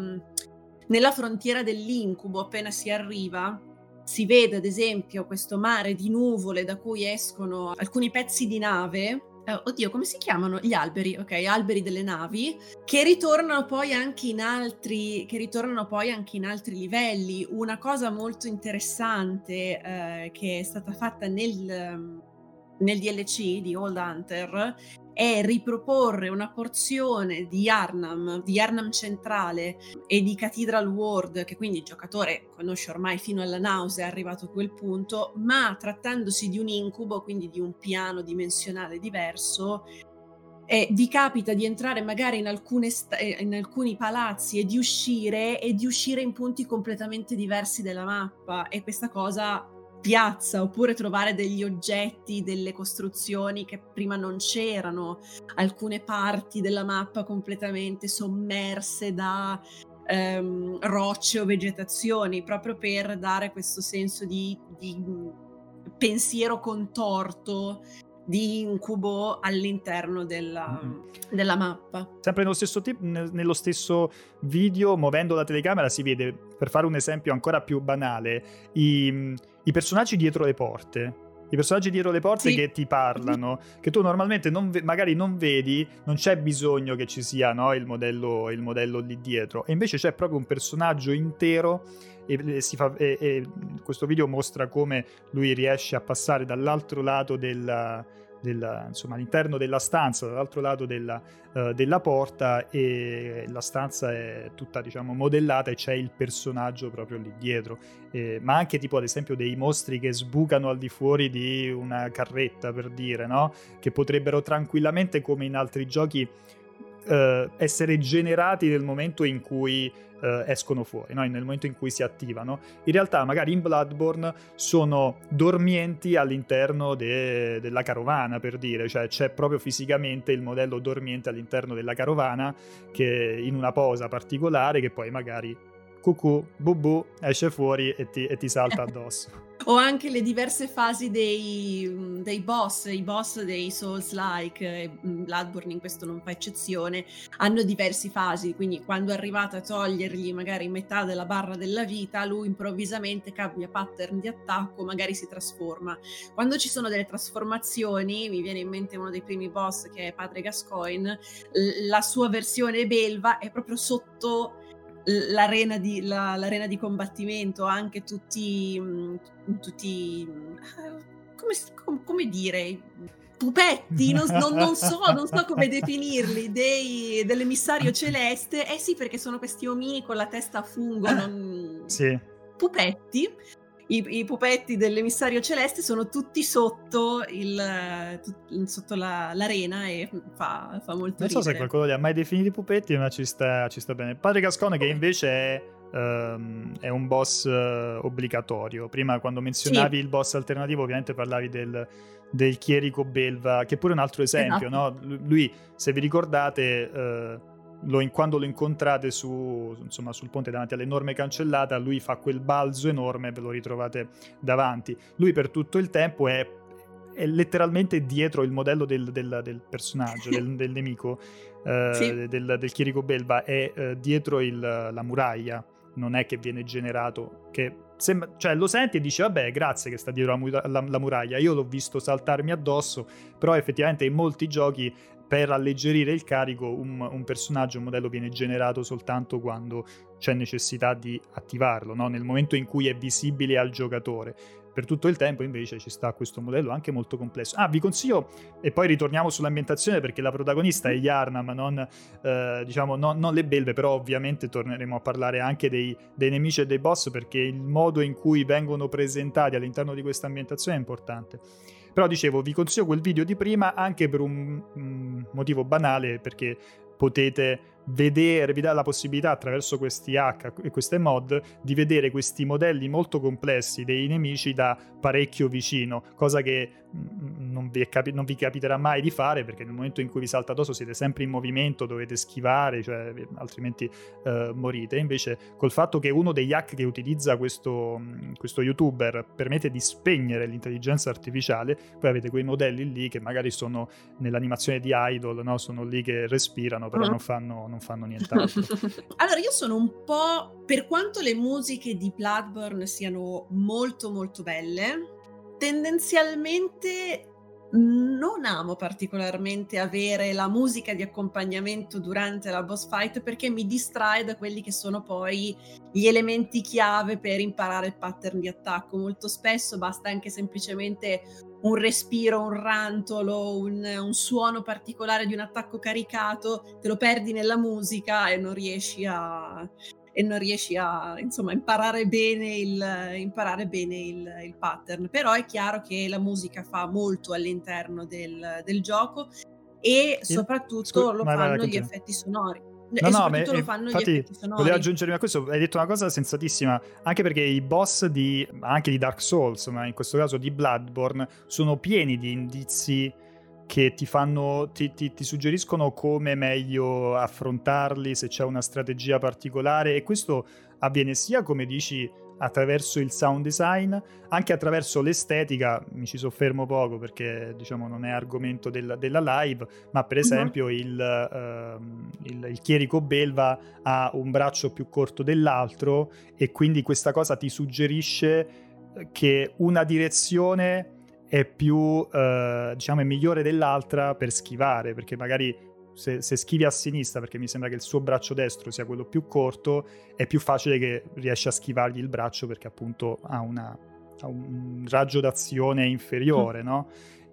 Nella frontiera dell'incubo, appena si arriva, si vede ad esempio questo mare di nuvole da cui escono alcuni pezzi di nave. Eh, oddio, come si chiamano? Gli alberi, ok, alberi delle navi, che ritornano poi anche in altri, che ritornano poi anche in altri livelli. Una cosa molto interessante eh, che è stata fatta nel, nel D L C di Old Hunter è riproporre una porzione di Yharnam, di Yharnam centrale e di Cathedral World, che quindi il giocatore conosce ormai fino alla nausea, è arrivato a quel punto, ma trattandosi di un incubo, quindi di un piano dimensionale diverso, eh, vi capita di entrare magari in, alcune sta- in alcuni palazzi e di uscire e di uscire in punti completamente diversi della mappa, e questa cosa piazza, oppure trovare degli oggetti, delle costruzioni che prima non c'erano, alcune parti della mappa completamente sommerse da ehm, rocce o vegetazioni, proprio per dare questo senso di, di pensiero contorto, di incubo all'interno della, mm-hmm. della mappa. Sempre nello stesso, tip, nello stesso video, muovendo la telecamera, si vede, per fare un esempio ancora più banale, i, i personaggi dietro le porte. I personaggi dietro le porte sì. che ti parlano, che tu normalmente non ve- magari non vedi, non c'è bisogno che ci sia, no, il modello, il modello lì dietro, e invece c'è proprio un personaggio intero. E, e, si fa, e, e questo video mostra come lui riesce a passare dall'altro lato della, della, insomma, all'interno della stanza, dall'altro lato della, uh, della porta, e la stanza è tutta, diciamo, modellata e c'è il personaggio proprio lì dietro. Eh, ma anche tipo ad esempio dei mostri che sbucano al di fuori di una carretta, per dire, no? Che potrebbero tranquillamente, come in altri giochi, Uh, essere generati nel momento in cui uh, escono fuori, no? Nel momento in cui si attivano. In realtà magari in Bloodborne sono dormienti all'interno de- della carovana, per dire, cioè c'è proprio fisicamente il modello dormiente all'interno della carovana, che in una posa particolare, che poi magari cucù, bubù, esce fuori e ti, e ti salta addosso. O anche le diverse fasi dei, dei boss, i boss dei Souls-like, Bloodborne in questo non fa eccezione, hanno diverse fasi, quindi quando arrivate a togliergli magari metà della barra della vita, lui improvvisamente cambia pattern di attacco, magari si trasforma. Quando ci sono delle trasformazioni, mi viene in mente uno dei primi boss che è Padre Gascoigne, la sua versione belva è proprio sotto l'arena di, la, l'arena di combattimento, anche tutti, tutti come, com, come dire, pupetti, non, non, non, so, non so come definirli, dei, dell'emissario celeste. Eh sì, perché sono questi omini con la testa a fungo, non... sì. pupetti. I, I pupetti dell'emissario celeste sono tutti sotto, il, tut, sotto la, l'arena e fa, fa molto non so ridere. se qualcuno li ha mai definiti pupetti, ma ci sta, ci sta bene. Padre Gascone, che invece è, um, è un boss uh, obbligatorio. Prima, quando menzionavi sì. il boss alternativo, ovviamente parlavi del, del chierico belva, che è pure un altro esempio, esatto. no? Lui, se vi ricordate... Uh, Lo, quando lo incontrate su, insomma, sul ponte davanti all'enorme cancellata, lui fa quel balzo enorme e ve lo ritrovate davanti. Lui per tutto il tempo è, è letteralmente dietro il modello del, del, del personaggio, del, del nemico, eh, sì. del, del chierico belva, è eh, dietro il, la muraglia, non è che viene generato, che sembra, cioè lo senti e dici vabbè grazie che sta dietro la, la, la muraglia, io l'ho visto saltarmi addosso, però effettivamente in molti giochi per alleggerire il carico un, un personaggio, un modello viene generato soltanto quando c'è necessità di attivarlo, no? Nel momento in cui è visibile al giocatore. Per tutto il tempo invece ci sta questo modello anche molto complesso. Ah, vi consiglio, e poi ritorniamo sull'ambientazione perché la protagonista è Yharnam, non, eh, diciamo, non, non le belve, però ovviamente torneremo a parlare anche dei, dei nemici e dei boss, perché il modo in cui vengono presentati all'interno di questa ambientazione è importante. Però dicevo, vi consiglio quel video di prima anche per un, un motivo banale, perché potete vedere, vi dà la possibilità attraverso questi hack e queste mod di vedere questi modelli molto complessi dei nemici da parecchio vicino, cosa che non vi, capi- non vi capiterà mai di fare, perché nel momento in cui vi salta addosso siete sempre in movimento, dovete schivare, cioè, altrimenti uh, morite. Invece col fatto che uno degli hack che utilizza questo, questo youtuber permette di spegnere l'intelligenza artificiale, poi avete quei modelli lì che magari sono nell'animazione di Idol, no? Sono lì che respirano, però mm. non fanno non fanno nient'altro. Allora io sono un po', per quanto le musiche di Bloodborne siano molto molto belle, tendenzialmente non amo particolarmente avere la musica di accompagnamento durante la boss fight, perché mi distrae da quelli che sono poi gli elementi chiave per imparare il pattern di attacco. Molto spesso basta anche semplicemente un respiro, un rantolo, un, un suono particolare di un attacco caricato, te lo perdi nella musica e non riesci a... e non riesci a, insomma, imparare bene il, imparare bene il, il pattern. Però è chiaro che la musica fa molto all'interno del, del gioco e soprattutto Scu- lo fanno vai, gli effetti sonori. No, e no, soprattutto me, lo fanno infatti, gli effetti sonori. Volevo aggiungermi a questo, hai detto una cosa sensatissima, anche perché i boss di anche di Dark Souls, ma in questo caso di Bloodborne, sono pieni di indizi che ti fanno ti, ti, ti suggeriscono come meglio affrontarli, se c'è una strategia particolare, e questo avviene sia, come dici, attraverso il sound design, anche attraverso l'estetica. Mi ci soffermo poco perché diciamo non è argomento del, della live, ma per esempio uh-huh. il, uh, il, il chierico belva ha un braccio più corto dell'altro e quindi questa cosa ti suggerisce che una direzione è più, eh, diciamo, è migliore dell'altra per schivare, perché magari se, se schivi a sinistra, perché mi sembra che il suo braccio destro sia quello più corto, è più facile che riesci a schivargli il braccio perché appunto ha, una, ha un raggio d'azione inferiore, mm. no?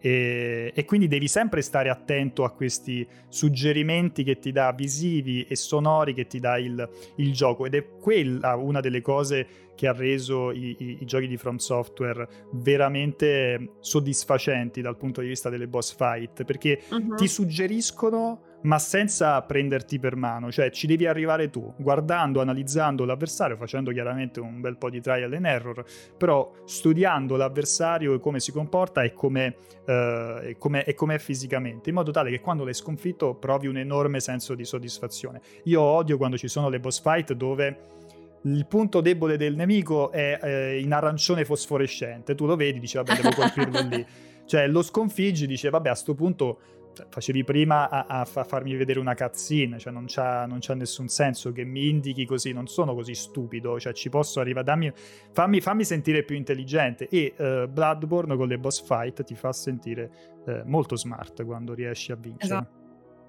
E, e quindi devi sempre stare attento a questi suggerimenti che ti dà visivi e sonori che ti dà il, il gioco, ed è quella una delle cose che ha reso i, i, i giochi di From Software veramente soddisfacenti dal punto di vista delle boss fight, perché uh-huh. ti suggeriscono ma senza prenderti per mano, cioè ci devi arrivare tu, guardando, analizzando l'avversario, facendo chiaramente un bel po' di trial and error, però studiando l'avversario e come si comporta e come, eh, e come, e come è fisicamente, in modo tale che quando l'hai sconfitto provi un enorme senso di soddisfazione. Io odio quando ci sono le boss fight dove il punto debole del nemico è eh, in arancione fosforescente, tu lo vedi, dici vabbè devo colpirlo lì, cioè lo sconfiggi, dice vabbè a sto punto facevi prima a, a farmi vedere una cutscene, cioè non c'ha, non c'ha nessun senso che mi indichi così, non sono così stupido, cioè ci posso arrivare, dammi, fammi, fammi sentire più intelligente. E uh, Bloodborne con le boss fight ti fa sentire uh, molto smart quando riesci a vincere. Esatto.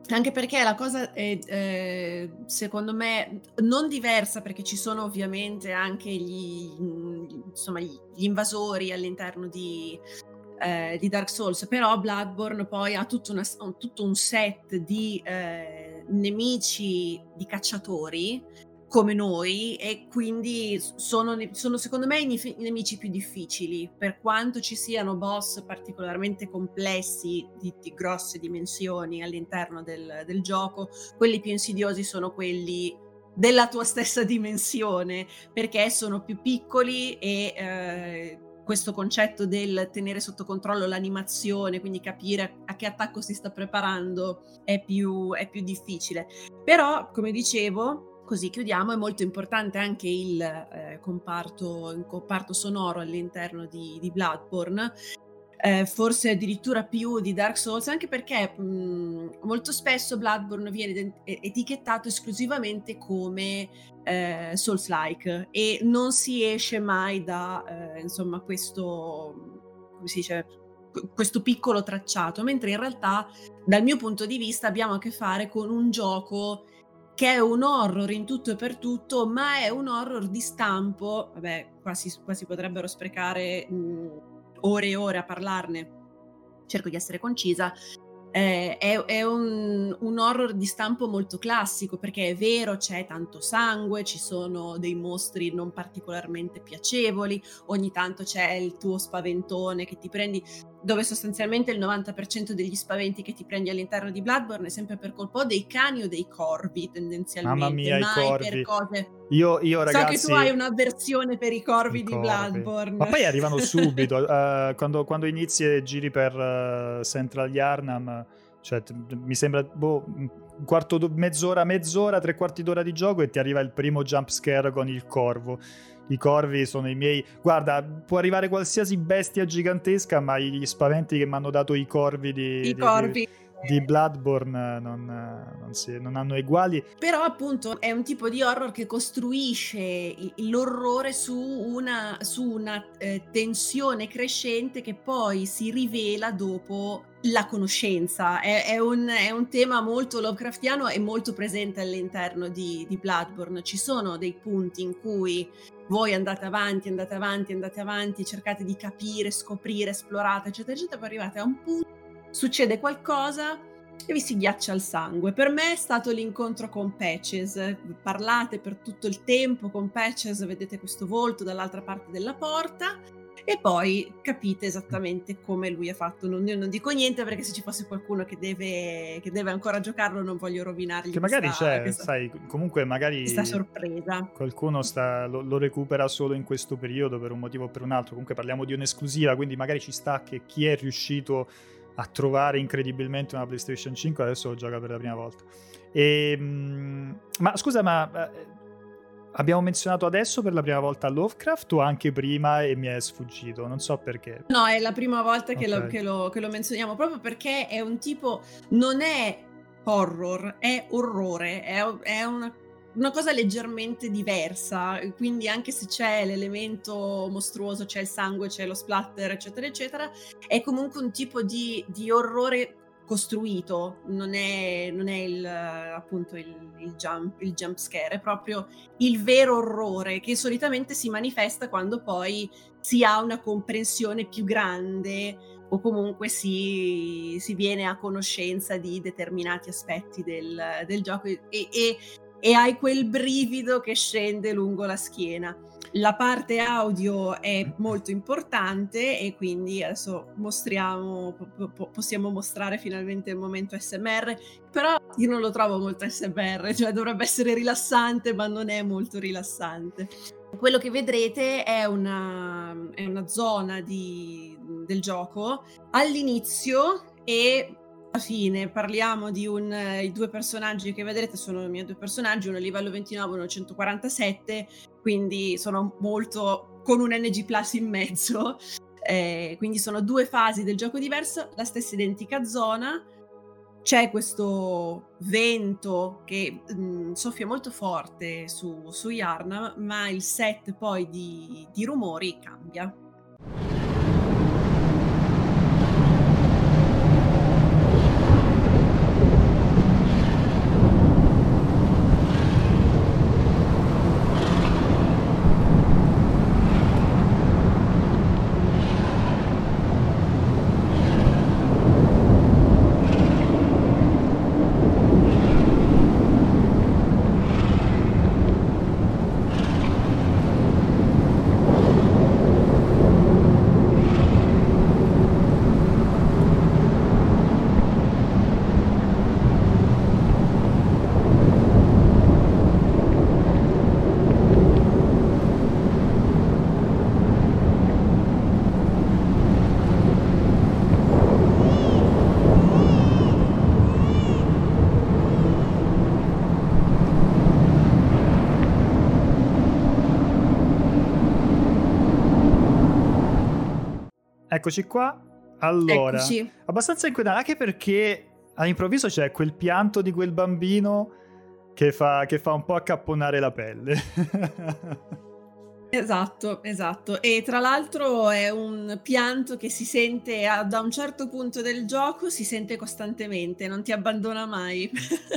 Anche perché la cosa è, eh, secondo me, non diversa, perché ci sono ovviamente anche gli, insomma, gli invasori all'interno di, eh, di Dark Souls, però Bloodborne poi ha tutto, una, tutto un set di eh, nemici, di cacciatori come noi, e quindi sono, sono secondo me i nemici più difficili, per quanto ci siano boss particolarmente complessi di, di grosse dimensioni all'interno del, del gioco. Quelli più insidiosi sono quelli della tua stessa dimensione, perché sono più piccoli e eh, questo concetto del tenere sotto controllo l'animazione, quindi capire a che attacco si sta preparando, è più, è più difficile. Però, come dicevo, così chiudiamo, è molto importante anche il eh, comparto, il comparto sonoro all'interno di, di Bloodborne, eh, forse addirittura più di Dark Souls, anche perché mh, molto spesso Bloodborne viene etichettato esclusivamente come eh, Souls-like, e non si esce mai da eh, insomma questo, come si dice, questo piccolo tracciato, mentre in realtà dal mio punto di vista abbiamo a che fare con un gioco che è un horror in tutto e per tutto, ma è un horror di stampo, vabbè, qua si, qua si potrebbero sprecare mh, ore e ore a parlarne, cerco di essere concisa. Eh, è, è un, un horror di stampo molto classico, perché è vero, c'è tanto sangue, ci sono dei mostri non particolarmente piacevoli, ogni tanto c'è il tuo spaventone che ti prendi, dove sostanzialmente il novanta per cento degli spaventi che ti prendi all'interno di Bloodborne è sempre per colpo dei cani o dei corvi, tendenzialmente. Mamma mia, mai i corvi. Per cose. Io, io ragazzi... So che tu hai un'avversione per i corvi I di corvi. Bloodborne. Ma poi arrivano subito, uh, quando, quando inizi e giri per uh, Central Yharnam, cioè t- mi sembra boh, un quarto do- mezz'ora, mezz'ora, tre quarti d'ora di gioco e ti arriva il primo jump scare con il corvo. I corvi sono i miei... Guarda, può arrivare qualsiasi bestia gigantesca, ma gli spaventi che mi hanno dato i corvi di... I di, corvi. Di... di Bloodborne non, non, si, non hanno eguali. Però appunto è un tipo di horror che costruisce l'orrore su una, su una eh, tensione crescente che poi si rivela dopo la conoscenza. È, è, un, è un tema molto Lovecraftiano e molto presente all'interno di, di Bloodborne. Ci sono dei punti in cui voi andate avanti, andate avanti, andate avanti, cercate di capire, scoprire, esplorate, eccetera, eccetera, poi arrivate a un punto, succede qualcosa e vi si ghiaccia il sangue. Per me è stato l'incontro con Patches. Parlate per tutto il tempo con Patches, vedete questo volto dall'altra parte della porta e poi capite esattamente come lui ha fatto. Non, io non dico niente, perché se ci fosse qualcuno che deve, che deve ancora giocarlo non voglio rovinargli che magari questa, c'è, questa, sai, comunque magari questa sorpresa. Qualcuno sta, lo, lo recupera solo in questo periodo per un motivo o per un altro. Comunque parliamo di un'esclusiva, quindi magari ci sta che chi è riuscito a trovare incredibilmente una PlayStation cinque adesso lo gioca per la prima volta. E, mh, ma scusa, ma eh, abbiamo menzionato adesso per la prima volta Lovecraft o anche prima e mi è sfuggito? Non so perché. No, è la prima volta che, okay. lo, che, lo, che lo menzioniamo, proprio perché è un tipo, non è horror, è orrore, è, è una una cosa leggermente diversa, quindi anche se c'è l'elemento mostruoso, c'è il sangue, c'è lo splatter, eccetera eccetera, è comunque un tipo di, di orrore costruito, non è, non è il, appunto il, il, jump, il jump scare, è proprio il vero orrore che solitamente si manifesta quando poi si ha una comprensione più grande o comunque si, si viene a conoscenza di determinati aspetti del, del gioco e, e e hai quel brivido che scende lungo la schiena. La parte audio è molto importante e quindi adesso mostriamo, po- possiamo mostrare finalmente il momento A S M R, però io non lo trovo molto A S M R, cioè dovrebbe essere rilassante ma non è molto rilassante. Quello che vedrete è una, è una zona di, del gioco all'inizio e alla fine. Parliamo di un, eh, i due personaggi che vedrete sono i miei due personaggi, uno a livello ventinove, uno a centoquarantasette, quindi sono molto con un N G plus in mezzo, eh, quindi sono due fasi del gioco diverso, la stessa identica zona. C'è questo vento che mh, soffia molto forte su, su Yharnam, ma il set poi di, di rumori cambia. eccoci qua. Allora, Eccoci. abbastanza inquietante, anche perché all'improvviso c'è quel pianto di quel bambino che fa, che fa un po' accapponare la pelle. Esatto, esatto. E tra l'altro è un pianto che si sente a da un certo punto del gioco, si sente costantemente, non ti abbandona mai.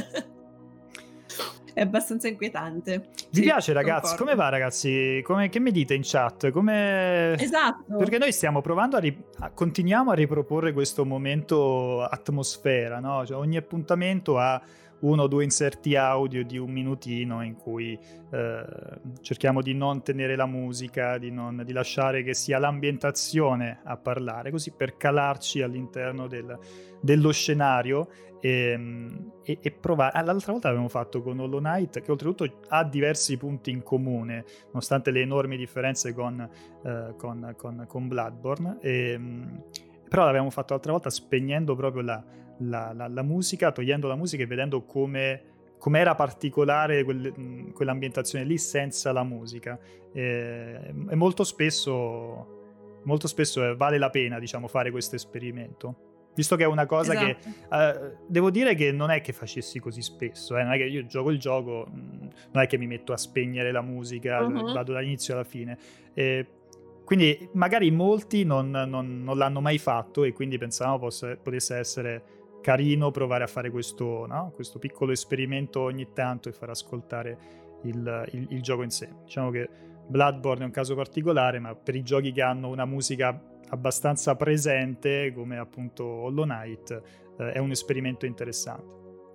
È abbastanza inquietante. Vi Sì, piace, ragazzi? Come concordo. va, ragazzi? Come, che mi dite in chat? Come... Perché Esatto. noi stiamo provando a, ri- a- continuiamo a riproporre questo momento atmosfera, no? Cioè, ogni appuntamento ha uno o due inserti audio di un minutino in cui eh, cerchiamo di non tenere la musica, di, non, di lasciare che sia l'ambientazione a parlare, così per calarci all'interno del- dello scenario e, e, e provare. Ah, l'altra volta l'abbiamo fatto con Hollow Knight, che oltretutto ha diversi punti in comune nonostante le enormi differenze con, eh, con, con, con Bloodborne, e, però l'abbiamo fatto l'altra volta spegnendo proprio la, la, la, la musica, togliendo la musica e vedendo come com'era particolare quel, quell'ambientazione lì senza la musica, e, e molto spesso molto spesso eh, vale la pena, diciamo, fare questo esperimento, visto che è una cosa Esatto. che uh, devo dire che non è che facessi così spesso, eh? Non è che io gioco il gioco, mh, non è che mi metto a spegnere la musica, Uh-huh. vado dall'inizio alla fine, e quindi magari molti non, non, non l'hanno mai fatto e quindi pensavamo possa, potesse essere carino provare a fare questo, no? Questo piccolo esperimento ogni tanto e far ascoltare il, il, il gioco in sé. Diciamo che Bloodborne è un caso particolare, ma per i giochi che hanno una musica abbastanza presente, come appunto Hollow Knight, eh, è un esperimento interessante.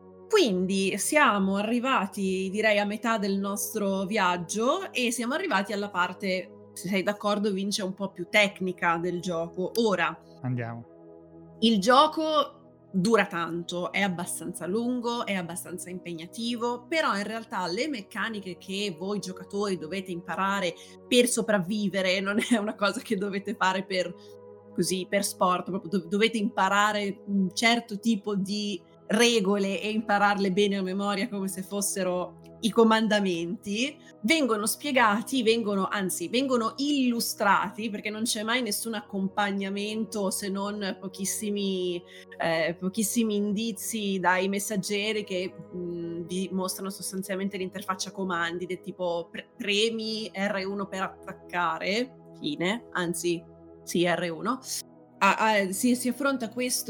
Quindi siamo arrivati, direi, a metà del nostro viaggio e siamo arrivati alla parte, se sei d'accordo, Vince, un po' più tecnica del gioco. Ora, Andiamo. il gioco dura tanto, è abbastanza lungo, è abbastanza impegnativo, però in realtà le meccaniche che voi giocatori dovete imparare per sopravvivere non è una cosa che dovete fare per così, per sport, proprio dov- dovete imparare un certo tipo di regole e impararle bene a memoria come se fossero i comandamenti, vengono spiegati, vengono, anzi, vengono illustrati, perché non c'è mai nessun accompagnamento se non pochissimi, eh, pochissimi indizi dai messaggeri che mh, vi mostrano sostanzialmente l'interfaccia comandi, del tipo pre- premi erre uno per attaccare, fine, anzi, sì, erre uno. Ah, ah, si, si affronta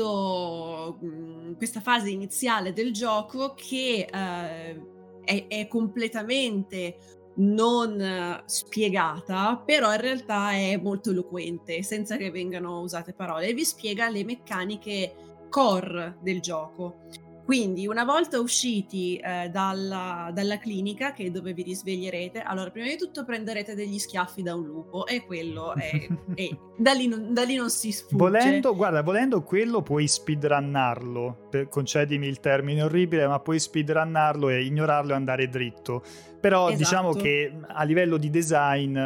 questo, mh, questa fase iniziale del gioco che eh, è, è completamente non eh, spiegata, però in realtà è molto eloquente, senza che vengano usate parole, e vi spiega le meccaniche core del gioco. Quindi una volta usciti eh, dalla, dalla clinica, che è dove vi risveglierete, allora prima di tutto prenderete degli schiaffi da un lupo e quello è... è da, lì non, da lì non si sfugge. Volendo, guarda, volendo quello puoi speedrunnarlo, per, concedimi il termine orribile, ma puoi speedrunnarlo e ignorarlo e andare dritto. Però Esatto. diciamo che a livello di design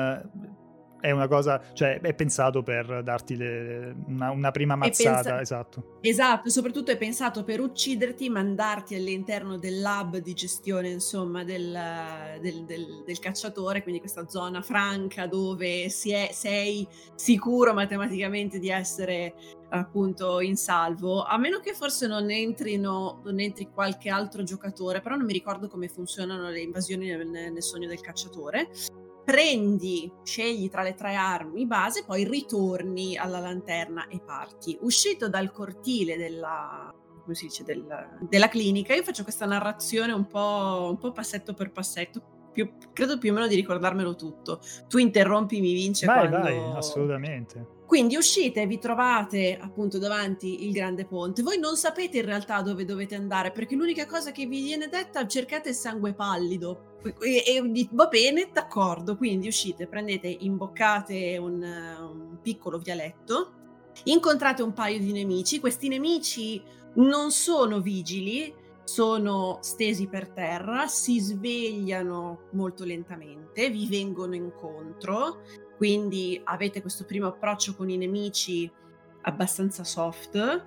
è una cosa, cioè è pensato per darti le, una, una prima mazzata, pensa- esatto. Esatto, soprattutto è pensato per ucciderti, mandarti all'interno del lab di gestione, insomma, del, del, del, del cacciatore, quindi questa zona franca dove si è, sei sicuro matematicamente di essere appunto in salvo, a meno che forse non entrino, non entri qualche altro giocatore, però non mi ricordo come funzionano le invasioni nel, nel sogno del cacciatore. Prendi, scegli tra le tre armi base, poi ritorni alla lanterna e parti. Uscito dal cortile della, come si dice, del, della clinica, io faccio questa narrazione un po', un po' passetto per passetto, più, credo più o meno di ricordarmelo tutto. Tu interrompimi, Vince, vai, quando... vai, assolutamente. Quindi uscite e vi trovate appunto davanti il grande ponte. Voi non sapete in realtà dove dovete andare, perché l'unica cosa che vi viene detta è: cercate il sangue pallido. E, e va bene, d'accordo. Quindi uscite, prendete, imboccate un, un piccolo vialetto, incontrate un paio di nemici. Questi nemici non sono vigili, sono stesi per terra, si svegliano molto lentamente, vi vengono incontro. Quindi avete questo primo approccio con i nemici abbastanza soft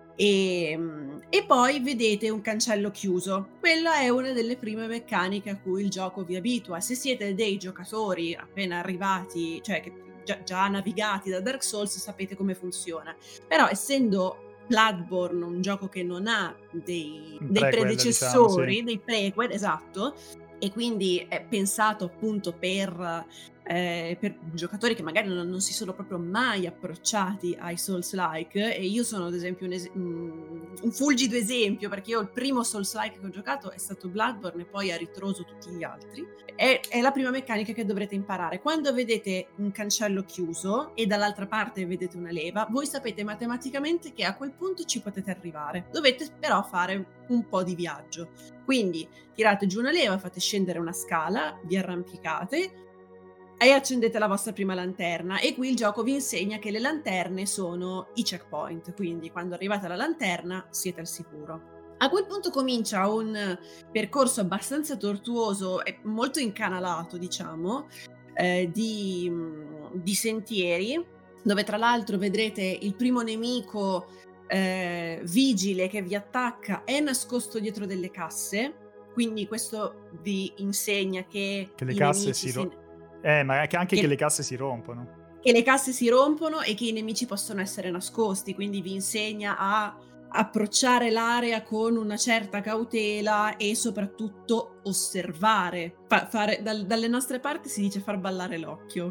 e, e poi vedete un cancello chiuso. Quella è una delle prime meccaniche a cui il gioco vi abitua. Se siete dei giocatori appena arrivati, cioè che già, già navigati da Dark Souls sapete come funziona. Però essendo Bloodborne un gioco che non ha dei, dei Prequel, predecessori, diciamo, sì. dei prequel, esatto, e quindi è pensato appunto per, eh, per giocatori che magari non, non si sono proprio mai approcciati ai Souls-like, e io sono ad esempio un, es- un, un fulgido esempio, perché io il primo Souls-like che ho giocato è stato Bloodborne e poi a ritroso tutti gli altri. È, è la prima meccanica che dovrete imparare. Quando vedete un cancello chiuso e dall'altra parte vedete una leva, voi sapete matematicamente che a quel punto ci potete arrivare. Dovete però fare un po' di viaggio. Quindi tirate giù una leva, fate scendere una scala, vi arrampicate e accendete la vostra prima lanterna, e qui il gioco vi insegna che le lanterne sono i checkpoint, quindi quando arrivate alla lanterna siete al sicuro. A quel punto comincia un percorso abbastanza tortuoso e molto incanalato, diciamo, eh, di, di sentieri, dove tra l'altro vedrete il primo nemico eh, vigile che vi attacca è nascosto dietro delle casse, quindi questo vi insegna che, Che le i casse nemici si si... ro- eh, ma anche che, che... che le casse si rompono. che le casse si rompono e che i nemici possono essere nascosti, quindi vi insegna a approcciare l'area con una certa cautela e soprattutto osservare. Fa- fare, dal, dalle nostre parti si dice far ballare l'occhio,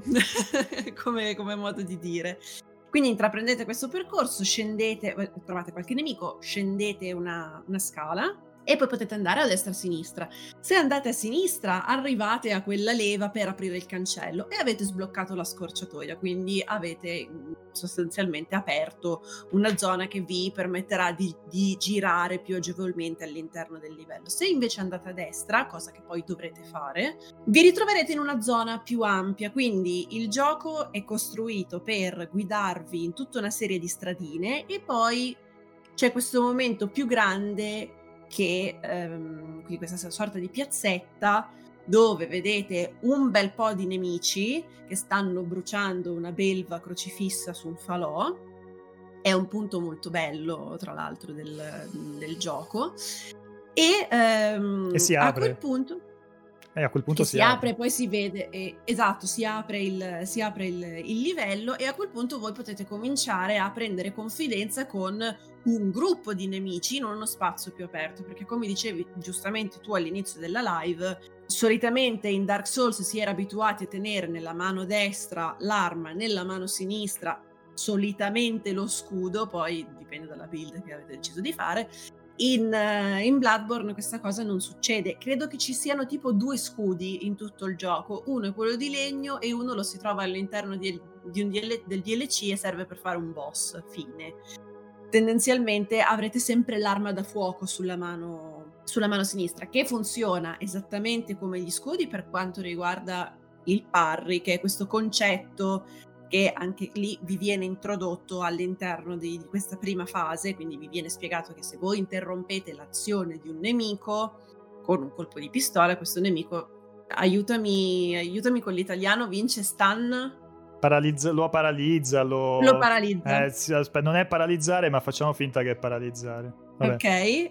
come, come modo di dire. Quindi intraprendete questo percorso, scendete, trovate qualche nemico, scendete una, una scala e poi potete andare a destra e a sinistra. Se andate a sinistra arrivate a quella leva per aprire il cancello e avete sbloccato la scorciatoia, quindi avete sostanzialmente aperto una zona che vi permetterà di, di girare più agevolmente all'interno del livello. Se invece andate a destra, cosa che poi dovrete fare, vi ritroverete in una zona più ampia, quindi il gioco è costruito per guidarvi in tutta una serie di stradine e poi c'è questo momento più grande che ehm, quindi questa sorta di piazzetta dove vedete un bel po' di nemici che stanno bruciando una belva crocifissa su un falò. È un punto molto bello, tra l'altro, del, del gioco. E, ehm, E si a apre. quel punto... E a quel punto E si, si apre, apre. poi si vede, eh, esatto, si apre, il, si apre il, il livello e a quel punto voi potete cominciare a prendere confidenza con un gruppo di nemici in uno spazio più aperto, perché come dicevi giustamente tu all'inizio della live, solitamente in Dark Souls si era abituati a tenere nella mano destra l'arma, nella mano sinistra solitamente lo scudo, poi dipende dalla build che avete deciso di fare. In, uh, in Bloodborne questa cosa non succede. Credo che ci siano tipo due scudi in tutto il gioco. Uno è quello di legno e uno lo si trova all'interno di, di un D L, del D L C e serve per fare un boss, fine. Tendenzialmente avrete sempre l'arma da fuoco sulla mano, sulla mano sinistra, che funziona esattamente come gli scudi per quanto riguarda il parry, che è questo concetto che anche lì vi viene introdotto all'interno di, di questa prima fase, quindi vi viene spiegato che se voi interrompete l'azione di un nemico con un colpo di pistola, questo nemico, aiutami, aiutami con l'italiano, vince stun? Paralizza, lo paralizza, lo... Lo paralizza. Eh, sì, aspetta, non è paralizzare, ma facciamo finta che è paralizzare. Vabbè. Ok,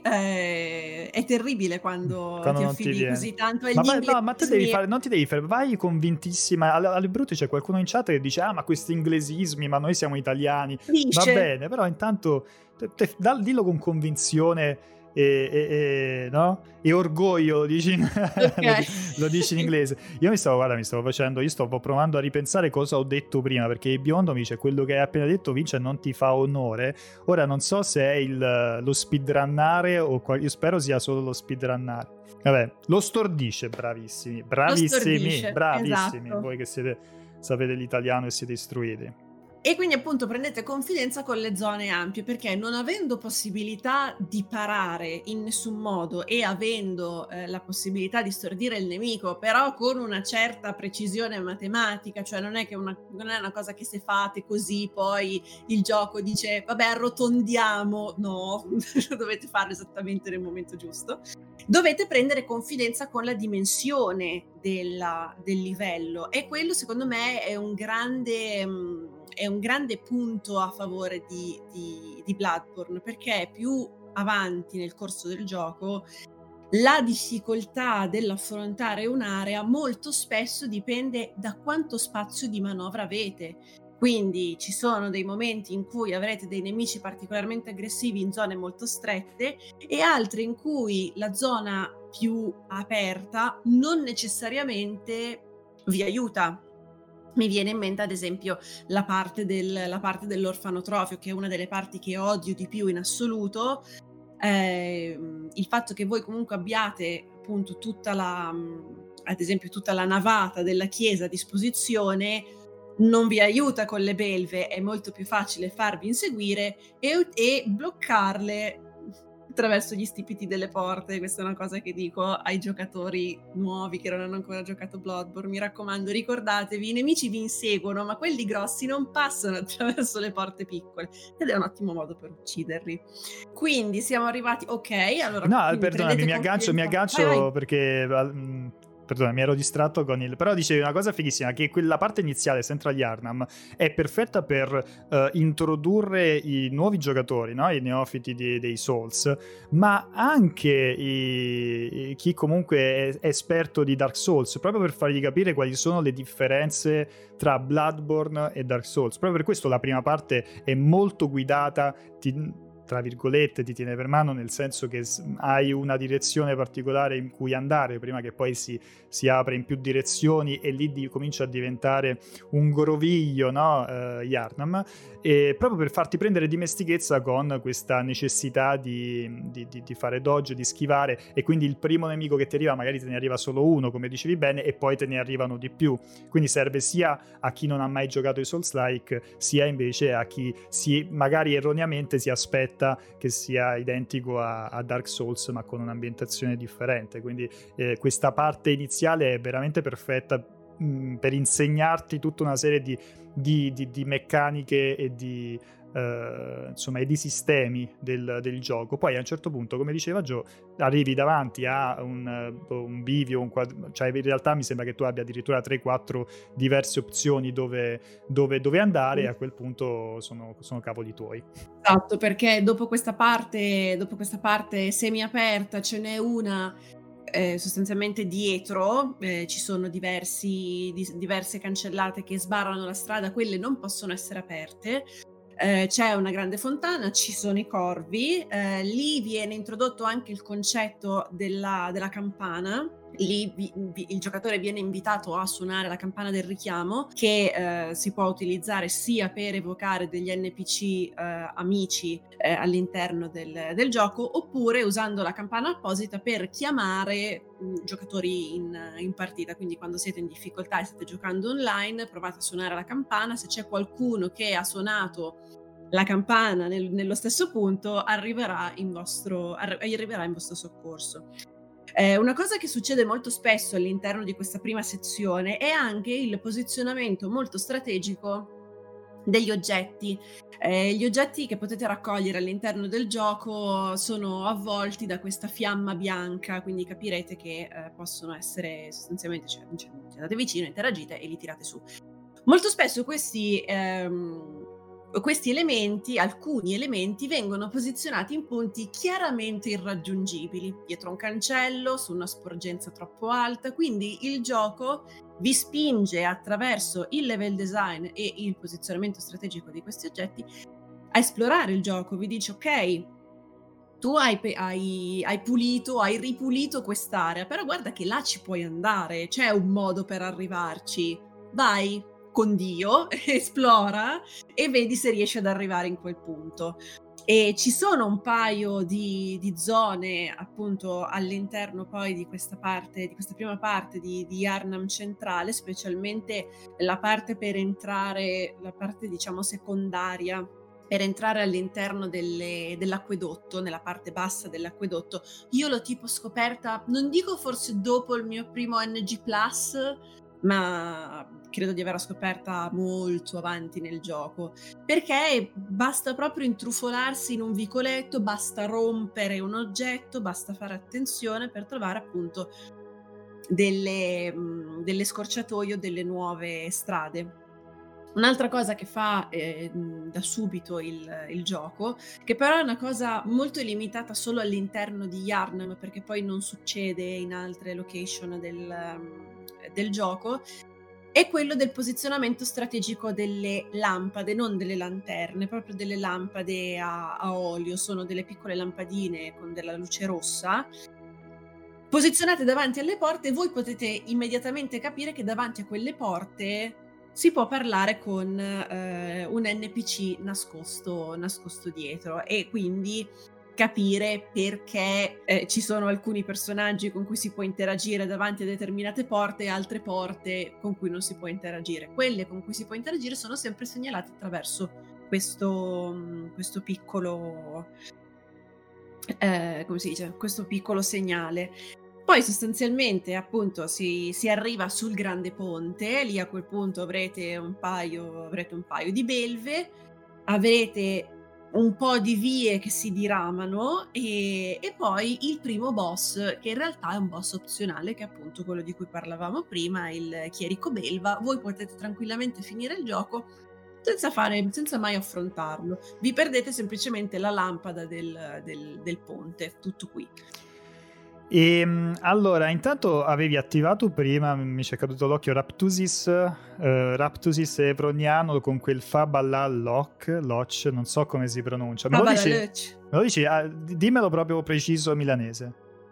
eh, è terribile quando, quando ti non ti affidi viene. così tanto agli Ma, vai, inglesi. no, ma te devi fare, non ti devi fare, vai convintissima. Alle, alle brutte c'è qualcuno in chat che dice: ah, ma questi inglesismi, ma noi siamo italiani. Dice. Va bene, però intanto te, te, da, dillo con convinzione e, e, e, no? e orgoglio, lo dici, in, Okay. lo dici in inglese. Io mi stavo, guarda, mi stavo facendo, io stavo provando a ripensare cosa ho detto prima, perché il biondo mi dice: quello che hai appena detto, Vince, non ti fa onore. Ora non so se è il, lo speedrunnare o qual- io spero sia solo lo speedrunnare. Vabbè, lo stordisce, bravissimi, bravissimi, stordisce, bravissimi, esatto. voi che siete, sapete l'italiano e siete istruiti. E quindi appunto prendete confidenza con le zone ampie, perché non avendo possibilità di parare in nessun modo e avendo eh, la possibilità di stordire il nemico, però con una certa precisione matematica, cioè non è che una, non è una cosa che se fate così poi il gioco dice vabbè arrotondiamo, no, dovete farlo esattamente nel momento giusto. Dovete prendere confidenza con la dimensione della, del livello, e quello secondo me è un grande... Mh, è un grande punto a favore di, di, di Bloodborne, perché più avanti nel corso del gioco La difficoltà dell'affrontare un'area molto spesso dipende da quanto spazio di manovra avete. Quindi ci sono dei momenti in cui avrete dei nemici particolarmente aggressivi in zone molto strette e altri in cui la zona più aperta non necessariamente vi aiuta. Mi viene in mente ad esempio la parte, del, la parte dell'orfanotrofio, che è una delle parti che odio di più in assoluto. Eh, il fatto che voi comunque abbiate appunto tutta la, ad esempio tutta la navata della chiesa a disposizione non vi aiuta con le belve, è molto più facile farvi inseguire e, e bloccarle attraverso gli stipiti delle porte. Questa è una cosa che dico ai giocatori nuovi che non hanno ancora giocato Bloodborne: mi raccomando, ricordatevi, i nemici vi inseguono, ma quelli grossi non passano attraverso le porte piccole, ed è un ottimo modo per ucciderli. Quindi siamo arrivati, ok, allora no, perdonami, mi aggancio, mi aggancio vai, vai. perché mh, perdona, mi ero distratto con il... Però dicevi una cosa fighissima, che quella parte iniziale, Central Yharnam, è perfetta per uh, introdurre i nuovi giocatori, no? I neofiti di, dei Souls, ma anche i, i, chi comunque è esperto di Dark Souls, proprio per fargli capire quali sono le differenze tra Bloodborne e Dark Souls. Proprio per questo la prima parte è molto guidata, ti... tra virgolette ti tiene per mano, nel senso che hai una direzione particolare in cui andare prima che poi si, si apre in più direzioni e lì di, comincia a diventare un groviglio, no? uh, Yharnam, e proprio per farti prendere dimestichezza con questa necessità di, di, di, di fare dodge, di schivare, e quindi il primo nemico che ti arriva magari te ne arriva solo uno, come dicevi bene, e poi te ne arrivano di più. Quindi serve sia a chi non ha mai giocato i Souls-like, sia invece a chi si magari erroneamente si aspetta che sia identico a, a Dark Souls ma con un'ambientazione differente. Quindi eh, questa parte iniziale è veramente perfetta mh, per insegnarti tutta una serie di, di, di, di meccaniche e di Uh, insomma e di sistemi del, del gioco. Poi a un certo punto, come diceva Gio, arrivi davanti a un, uh, un bivio, un quadro, cioè in realtà mi sembra che tu abbia addirittura tre quattro diverse opzioni dove, dove, dove andare, e a quel punto sono, sono cavoli tuoi. Esatto, perché dopo questa parte dopo questa parte semi-aperta ce n'è una Eh, sostanzialmente dietro, eh, ci sono diversi, di, diverse cancellate che sbarrano la strada, quelle non possono essere aperte. Eh, c'è una grande fontana, ci sono i corvi, eh, lì viene introdotto anche il concetto della, della campana. Lì vi, vi, il giocatore viene invitato a suonare la campana del richiamo, che eh, si può utilizzare sia per evocare degli N P C eh, amici eh, all'interno del, del gioco, oppure usando la campana apposita per chiamare mh, giocatori in, in partita. Quindi quando siete in difficoltà e state giocando online, provate a suonare la campana. Se c'è qualcuno che ha suonato la campana nel, nello stesso punto, arriverà in vostro, arriverà in vostro soccorso. Eh, una cosa che succede molto spesso all'interno di questa prima sezione è anche il posizionamento molto strategico degli oggetti. Eh, gli oggetti che potete raccogliere all'interno del gioco sono avvolti da questa fiamma bianca, quindi capirete che eh, possono essere sostanzialmente, cioè, cioè, andate vicino, interagite e li tirate su. Molto spesso questi ehm, questi elementi, alcuni elementi, vengono posizionati in punti chiaramente irraggiungibili, dietro un cancello, su una sporgenza troppo alta. Quindi il gioco vi spinge, attraverso il level design e il posizionamento strategico di questi oggetti, a esplorare il gioco. Vi dice: ok, tu hai, hai, hai pulito, hai ripulito quest'area, però guarda che là ci puoi andare, c'è un modo per arrivarci, vai con Dio, esplora e vedi se riesci ad arrivare in quel punto. E ci sono un paio di, di zone appunto all'interno poi di questa parte, di questa prima parte di, di Yharnam centrale, specialmente la parte per entrare, la parte diciamo secondaria, per entrare all'interno delle, dell'acquedotto, nella parte bassa dell'acquedotto. Io l'ho tipo scoperta, non dico forse dopo il mio primo N G plus, ma credo di averla scoperta molto avanti nel gioco, perché basta proprio intrufolarsi in un vicoletto, basta rompere un oggetto, basta fare attenzione per trovare appunto delle, delle scorciatoie o delle nuove strade. Un'altra cosa che fa eh, da subito il, il gioco, che però è una cosa molto limitata solo all'interno di Yharnam, perché poi non succede in altre location del, del gioco, è quello del posizionamento strategico delle lampade, non delle lanterne, proprio delle lampade a, a olio. Sono delle piccole lampadine con della luce rossa posizionate davanti alle porte, e voi potete immediatamente capire che davanti a quelle porte si può parlare con eh, un N P C nascosto, nascosto dietro, e quindi capire perché eh, ci sono alcuni personaggi con cui si può interagire davanti a determinate porte e altre porte con cui non si può interagire. Quelle con cui si può interagire sono sempre segnalate attraverso questo, questo piccolo eh, come si dice, questo piccolo segnale. Poi sostanzialmente appunto si, si arriva sul grande ponte, lì a quel punto avrete un paio, avrete un paio di belve, avrete un po' di vie che si diramano e, e poi il primo boss, che in realtà è un boss opzionale, che è appunto quello di cui parlavamo prima, il chierico belva. Voi potete tranquillamente finire il gioco senza, fare, senza mai affrontarlo. Vi perdete semplicemente la lampada del, del, del ponte, tutto qui. E allora, intanto avevi attivato prima, mi c'è caduto l'occhio, Raptusis, eh, Raptusis Evroniano con quel Fabala Loch, Loch, non so come si pronuncia. Me lo dici? Me lo dici? Ah, dimmelo proprio preciso milanese.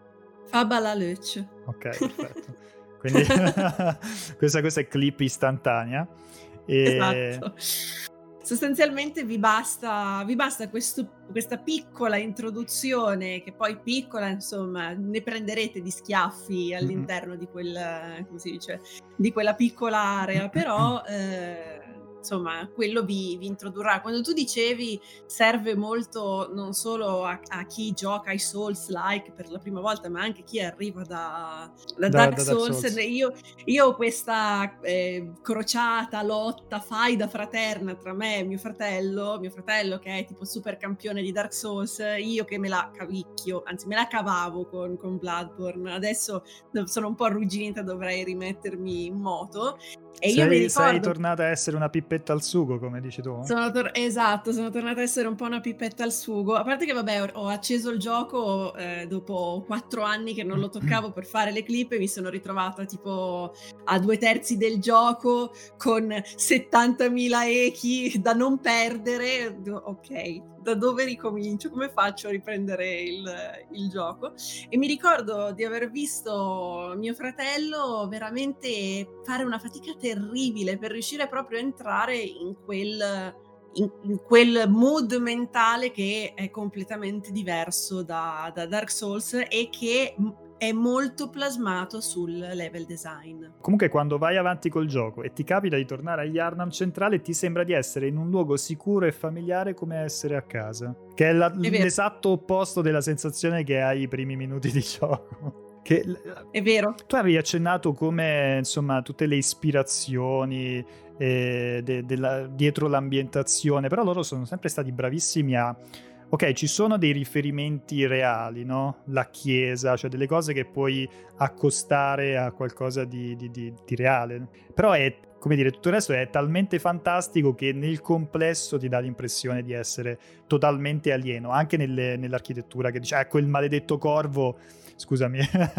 Fabala Loch. Ok, perfetto. Quindi questa, questa è clip istantanea. E... Esatto. Sostanzialmente vi basta, vi basta questo, questa piccola introduzione, che poi piccola, insomma, ne prenderete di schiaffi all'interno mm-hmm. di quel, come si dice, di quella piccola area, però eh, insomma, quello vi, vi introdurrà. Quando tu dicevi serve molto non solo a, a chi gioca ai Souls-like per la prima volta, ma anche chi arriva da, da, da Dark, da Souls, Dark Souls. Io, io ho questa eh, crociata, lotta, faida fraterna tra me e mio fratello, mio fratello che è tipo super campione di Dark Souls, io che me la cavicchio, anzi me la cavavo con, con Bloodborne, adesso sono un po' arrugginita, dovrei rimettermi in moto. E sei, io mi ricordo, sei tornata a essere una pippetta al sugo, come dici tu? Sono tor- esatto, sono tornata a essere un po' una pippetta al sugo. A parte che vabbè, ho, ho acceso il gioco eh, dopo quattro anni che non lo toccavo per fare le clip, e mi sono ritrovata tipo a due terzi del gioco con settantamila echi da non perdere. Ok, da dove ricomincio? Come faccio a riprendere il, il gioco? E mi ricordo di aver visto mio fratello veramente fare una fatica terribile per riuscire proprio a entrare in quel, in, in quel mood mentale che è completamente diverso da, da Dark Souls, e che è molto plasmato sul level design. Comunque quando vai avanti col gioco e ti capita di tornare a Yharnam centrale, ti sembra di essere in un luogo sicuro e familiare come essere a casa, che è, la, è l'esatto opposto della sensazione che hai i primi minuti di gioco. Che, è vero. Tu avevi accennato come insomma tutte le ispirazioni eh, de, de la, dietro l'ambientazione, però loro sono sempre stati bravissimi a... Ok, ci sono dei riferimenti reali, no? La chiesa, cioè delle cose che puoi accostare a qualcosa di, di, di, di reale. Però è, come dire, tutto il resto è talmente fantastico che nel complesso ti dà l'impressione di essere totalmente alieno, anche nelle, nell'architettura, che dice, ecco il maledetto corvo, scusami,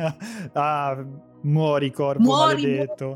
ah, muori corvo muori, maledetto.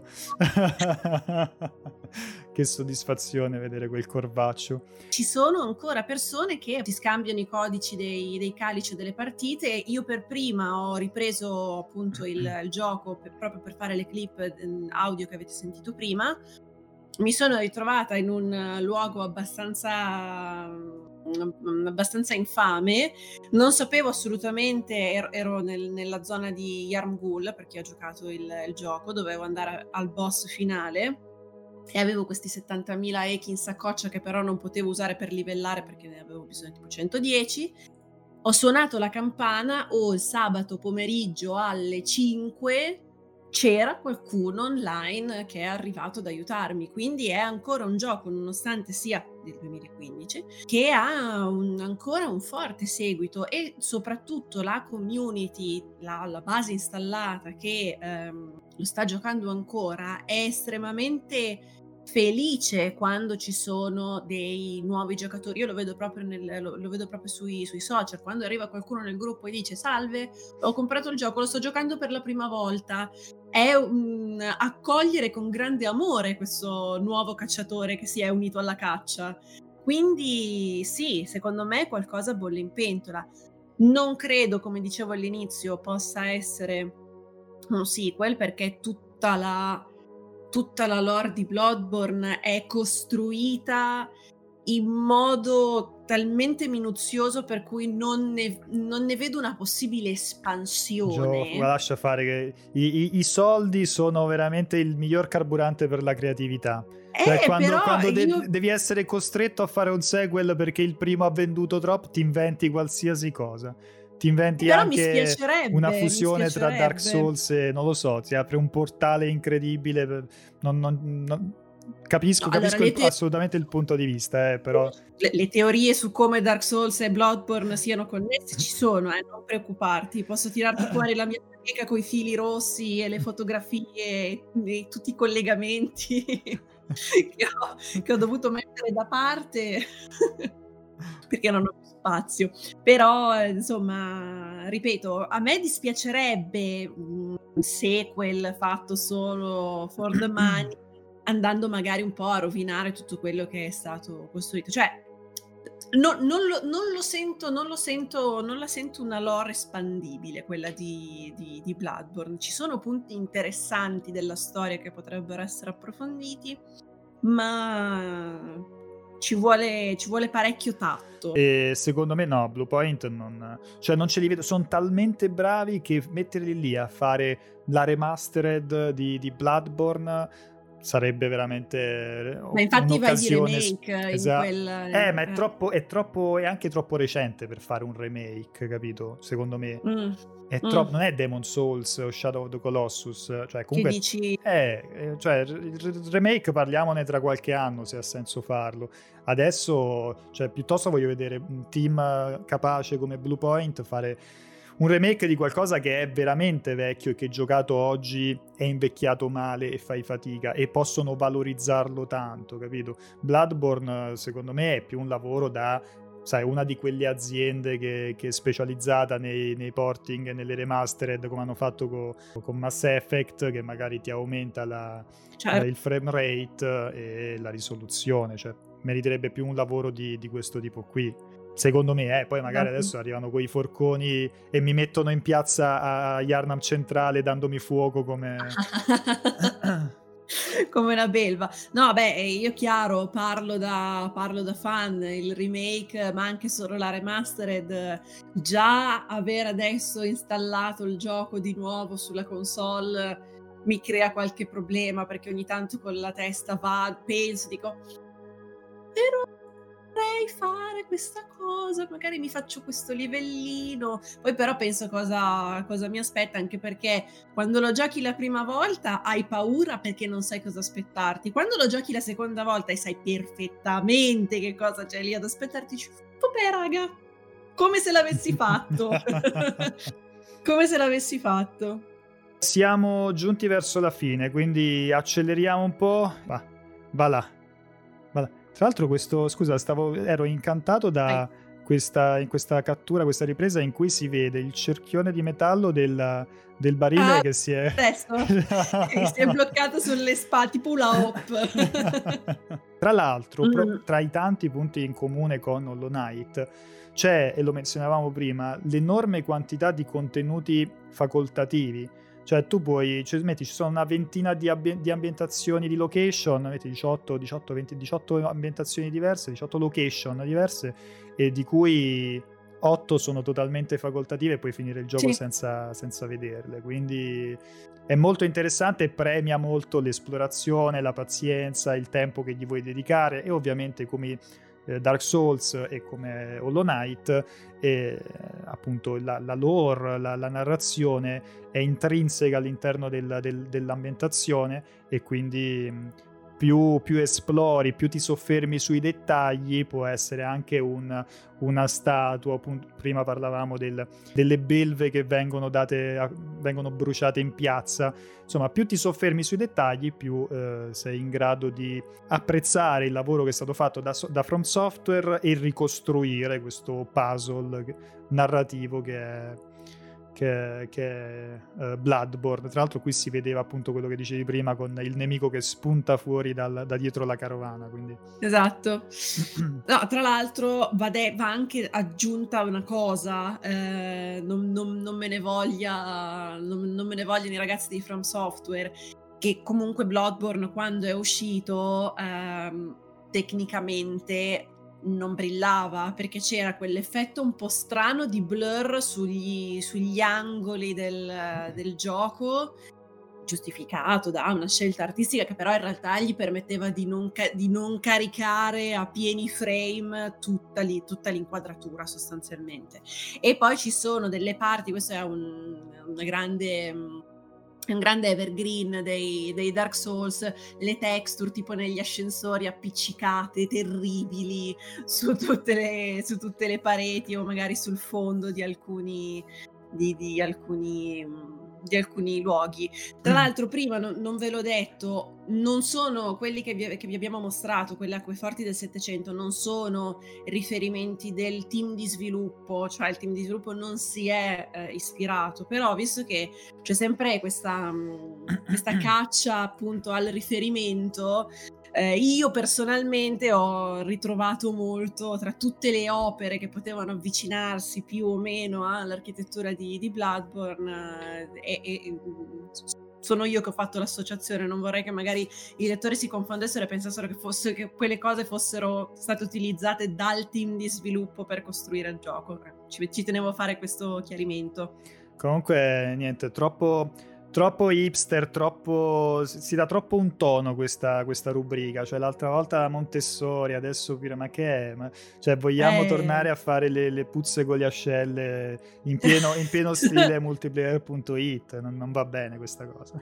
Muori. Che soddisfazione vedere quel corvaccio. Ci sono ancora persone che si scambiano i codici dei, dei calici delle partite. Io per prima ho ripreso appunto il, il gioco per, proprio per fare le clip audio che avete sentito prima. Mi sono ritrovata in un luogo abbastanza abbastanza infame, non sapevo assolutamente, ero, ero nel, nella zona di Yarmgul, perché ho giocato il, il gioco, dovevo andare al boss finale e avevo questi settantamila echi in saccoccia che però non potevo usare per livellare perché ne avevo bisogno tipo centodieci. Ho suonato la campana, o il sabato pomeriggio alle cinque c'era qualcuno online che è arrivato ad aiutarmi, quindi è ancora un gioco, nonostante sia del duemilaquindici, che ha un, ancora un forte seguito, e soprattutto la community, la, la base installata che ehm, lo sta giocando ancora, è estremamente felice quando ci sono dei nuovi giocatori. Io lo vedo proprio nel lo lo vedo proprio sui sui social, quando arriva qualcuno nel gruppo e dice: "Salve, ho comprato il gioco, lo sto giocando per la prima volta." È un accogliere con grande amore questo nuovo cacciatore che si è unito alla caccia. Quindi sì, secondo me qualcosa bolle in pentola. Non credo, come dicevo all'inizio, possa essere un sequel, perché tutta la tutta la lore di Bloodborne è costruita in modo talmente minuzioso per cui non ne non ne vedo una possibile Gio, espansione. lascia fare che i, i- i soldi sono veramente il miglior carburante per la creatività. Cioè, Eh, quando, però quando de- io devi essere costretto a fare un sequel perché il primo ha venduto troppo, ti inventi qualsiasi cosa. Ti inventi però mi anche una spiacerebbe, mi fusione tra Dark spiacerebbe. Souls e, non lo so, ti apre un portale incredibile. per- Non, non- non- No, Capisco, allora capisco il- le te assolutamente il punto di vista, eh, però... le le teorie su come Dark Souls e Bloodborne siano connessi ci sono, eh, non preoccuparti. Posso tirarti fuori la mia teca coi fili rossi e le fotografie e tutti i collegamenti che ho che ho dovuto mettere da parte perché non ho più spazio. Però, ehm, insomma, ripeto, a me dispiacerebbe un sequel fatto solo for the money, andando magari un po' a rovinare tutto quello che è stato costruito. Cioè, no, non lo non lo sento non lo sento non la sento una lore espandibile quella di di di Bloodborne. Ci sono punti interessanti della storia che potrebbero essere approfonditi, ma ci vuole ci vuole parecchio tatto. E secondo me no, Bluepoint non, cioè non ce li vedo, sono talmente bravi che metterli lì a fare la remastered di, di Bloodborne sarebbe veramente Ma infatti vai di un'occasione. remake in Esatto. quel Eh, ma è eh. troppo, è troppo, è anche troppo recente per fare un remake, capito? Secondo me. Mh, È mh. troppo, non è Demon Souls o Shadow of the Colossus, cioè Che comunque dici è, eh, cioè il il remake parliamone tra qualche anno se ha senso farlo. Adesso, cioè, piuttosto voglio vedere un team capace come Bluepoint fare un remake di qualcosa che è veramente vecchio e che giocato oggi è invecchiato male e fai fatica e possono valorizzarlo tanto, capito? Bloodborne secondo me è più un lavoro da, sai, una di quelle aziende che, che è specializzata nei, nei porting e nelle remastered, come hanno fatto co, con Mass Effect, che magari ti aumenta la, cer il frame rate e la risoluzione, cioè meriterebbe più un lavoro di, di questo tipo qui. Secondo me, eh, poi magari esatto. adesso arrivano quei forconi e mi mettono in piazza a Yarnam Centrale dandomi fuoco come... Come una belva. No, beh, io chiaro, parlo da parlo da fan, il remake, ma anche solo la remastered, già aver adesso installato il gioco di nuovo sulla console mi crea qualche problema, perché ogni tanto con la testa va penso, dico: "Però vorrei fare questa cosa, magari mi faccio questo livellino." Poi però penso cosa cosa mi aspetta, anche perché quando lo giochi la prima volta hai paura perché non sai cosa aspettarti. Quando lo giochi la seconda volta e sai perfettamente che cosa c'è lì ad aspettarti, dici: "Vabbè raga, come se l'avessi fatto." Come se l'avessi fatto. Siamo giunti verso la fine, quindi acceleriamo un po'. Va, va là. Va là. Tra l'altro questo, scusa, stavo, ero incantato Vai. da questa, in questa cattura, questa ripresa in cui si vede il cerchione di metallo del, del barile Ah, che si è... adesso che si è bloccato sulle spa tipo hula hoop. Tra l'altro, pro- Mh. tra i tanti punti in comune con Hollow Knight c'è, e lo menzionavamo prima, l'enorme quantità di contenuti facoltativi. Cioè tu puoi, cioè, metti, ci sono una ventina di, ambi- di ambientazioni di location, metti diciotto, diciotto, venti, diciotto ambientazioni diverse, diciotto location diverse, e di cui otto sono totalmente facoltative e puoi finire il gioco Sì. senza, senza vederle. Quindi è molto interessante e premia molto l'esplorazione, la pazienza, il tempo che gli vuoi dedicare, e ovviamente come eh, Dark Souls e come Hollow Knight, e appunto la, la lore, la, la narrazione è intrinseca all'interno del, del, dell'ambientazione, e quindi mh, più, più esplori, più ti soffermi sui dettagli, può essere anche un, una statua. Appunto, prima parlavamo del, delle belve che vengono date a, vengono bruciate in piazza. Insomma, più ti soffermi sui dettagli, più eh, sei in grado di apprezzare il lavoro che è stato fatto da, da From Software e ricostruire questo puzzle narrativo che è che, che è uh, Bloodborne. Tra l'altro qui si vedeva appunto quello che dicevi prima, con il nemico che spunta fuori dal, da dietro la carovana, quindi... Esatto. No, tra l'altro va, de- va anche aggiunta una cosa, eh, non, non, non me ne voglia non, non me ne vogliono i ragazzi di From Software, che comunque Bloodborne quando è uscito ehm, tecnicamente non brillava, perché c'era quell'effetto un po' strano di blur sugli, sugli angoli del, del gioco, giustificato da una scelta artistica che però in realtà gli permetteva di non, ca- di non caricare a pieni frame tutta, li- tutta l'inquadratura sostanzialmente. E poi ci sono delle parti, questo è un, una grande... un grande evergreen dei, dei Dark Souls, le texture tipo negli ascensori appiccicate, terribili, su tutte le, su tutte le pareti o magari sul fondo di alcuni, di, di alcuni, di alcuni luoghi. Tra l'altro prima non, non ve l'ho detto, non sono quelli che vi, che vi abbiamo mostrato, quelle acque forti del Settecento, non sono riferimenti del team di sviluppo, cioè il team di sviluppo non si è eh, ispirato, però visto che c'è sempre questa, questa caccia appunto al riferimento, eh, io personalmente ho ritrovato molto tra tutte le opere che potevano avvicinarsi più o meno all'architettura di, di Bloodborne, eh, e, e sono io che ho fatto l'associazione. Non vorrei che magari i lettori si confondessero e pensassero che, fosse, che quelle cose fossero state utilizzate dal team di sviluppo per costruire il gioco. Ci, ci tenevo a fare questo chiarimento. Comunque niente, troppo, troppo hipster, troppo, si dà troppo un tono questa, questa rubrica. Cioè l'altra volta Montessori, adesso Pira, ma che è? Ma, cioè vogliamo Eh... tornare a fare le, le puzze con le ascelle in pieno, in pieno stile multiplayer punto it? Non, non va bene questa cosa.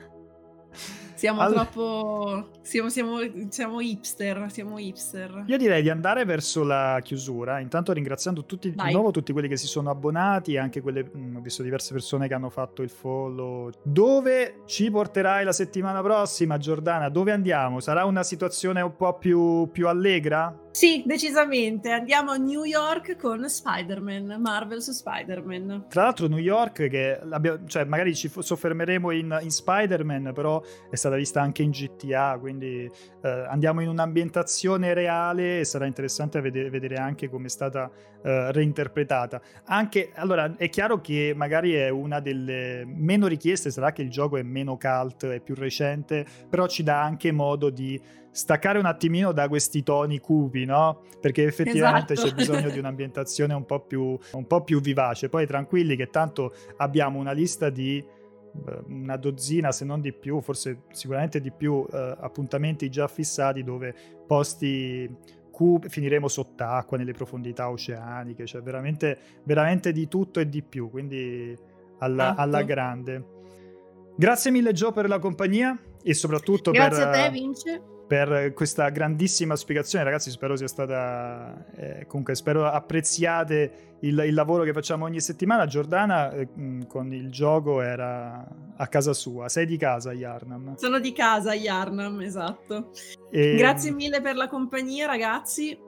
Siamo All... troppo siamo, siamo, siamo hipster siamo hipster. Io direi di andare verso la chiusura, intanto ringraziando tutti di nuovo tutti quelli che si sono abbonati, anche quelle, mh, ho visto diverse persone che hanno fatto il follow. Dove ci porterai la settimana prossima, Giordana? Dove andiamo? Sarà una situazione un po' più, più allegra? Sì, decisamente. Andiamo a New York con Spider-Man, Marvel su Spider-Man. Tra l'altro New York, che cioè magari ci soffermeremo in, in Spider-Man, però è stata vista anche in G T A, quindi eh, andiamo in un'ambientazione reale e sarà interessante vedere, vedere anche come è stata eh, reinterpretata. Anche, allora, è chiaro che magari è una delle meno richieste, sarà che il gioco è meno cult, è più recente, però ci dà anche modo di staccare un attimino da questi toni cupi, no? Perché effettivamente esatto. C'è bisogno di un'ambientazione un po' più un po' più vivace. Poi tranquilli che tanto abbiamo una lista di eh, una dozzina, se non di più, forse sicuramente di più, eh, appuntamenti già fissati dove posti cupi, finiremo sott'acqua, nelle profondità oceaniche, cioè veramente, veramente di tutto e di più, quindi alla, esatto. alla grande. Grazie mille Gio per la compagnia e soprattutto Grazie per... a te Vince. Per questa grandissima spiegazione, ragazzi. Spero sia stata eh, comunque spero apprezziate il, il lavoro che facciamo ogni settimana. Giordana eh, con il gioco era a casa sua. Sei di casa, Yarnam? Sono di casa, Yarnam, esatto. E... Grazie mille per la compagnia, ragazzi.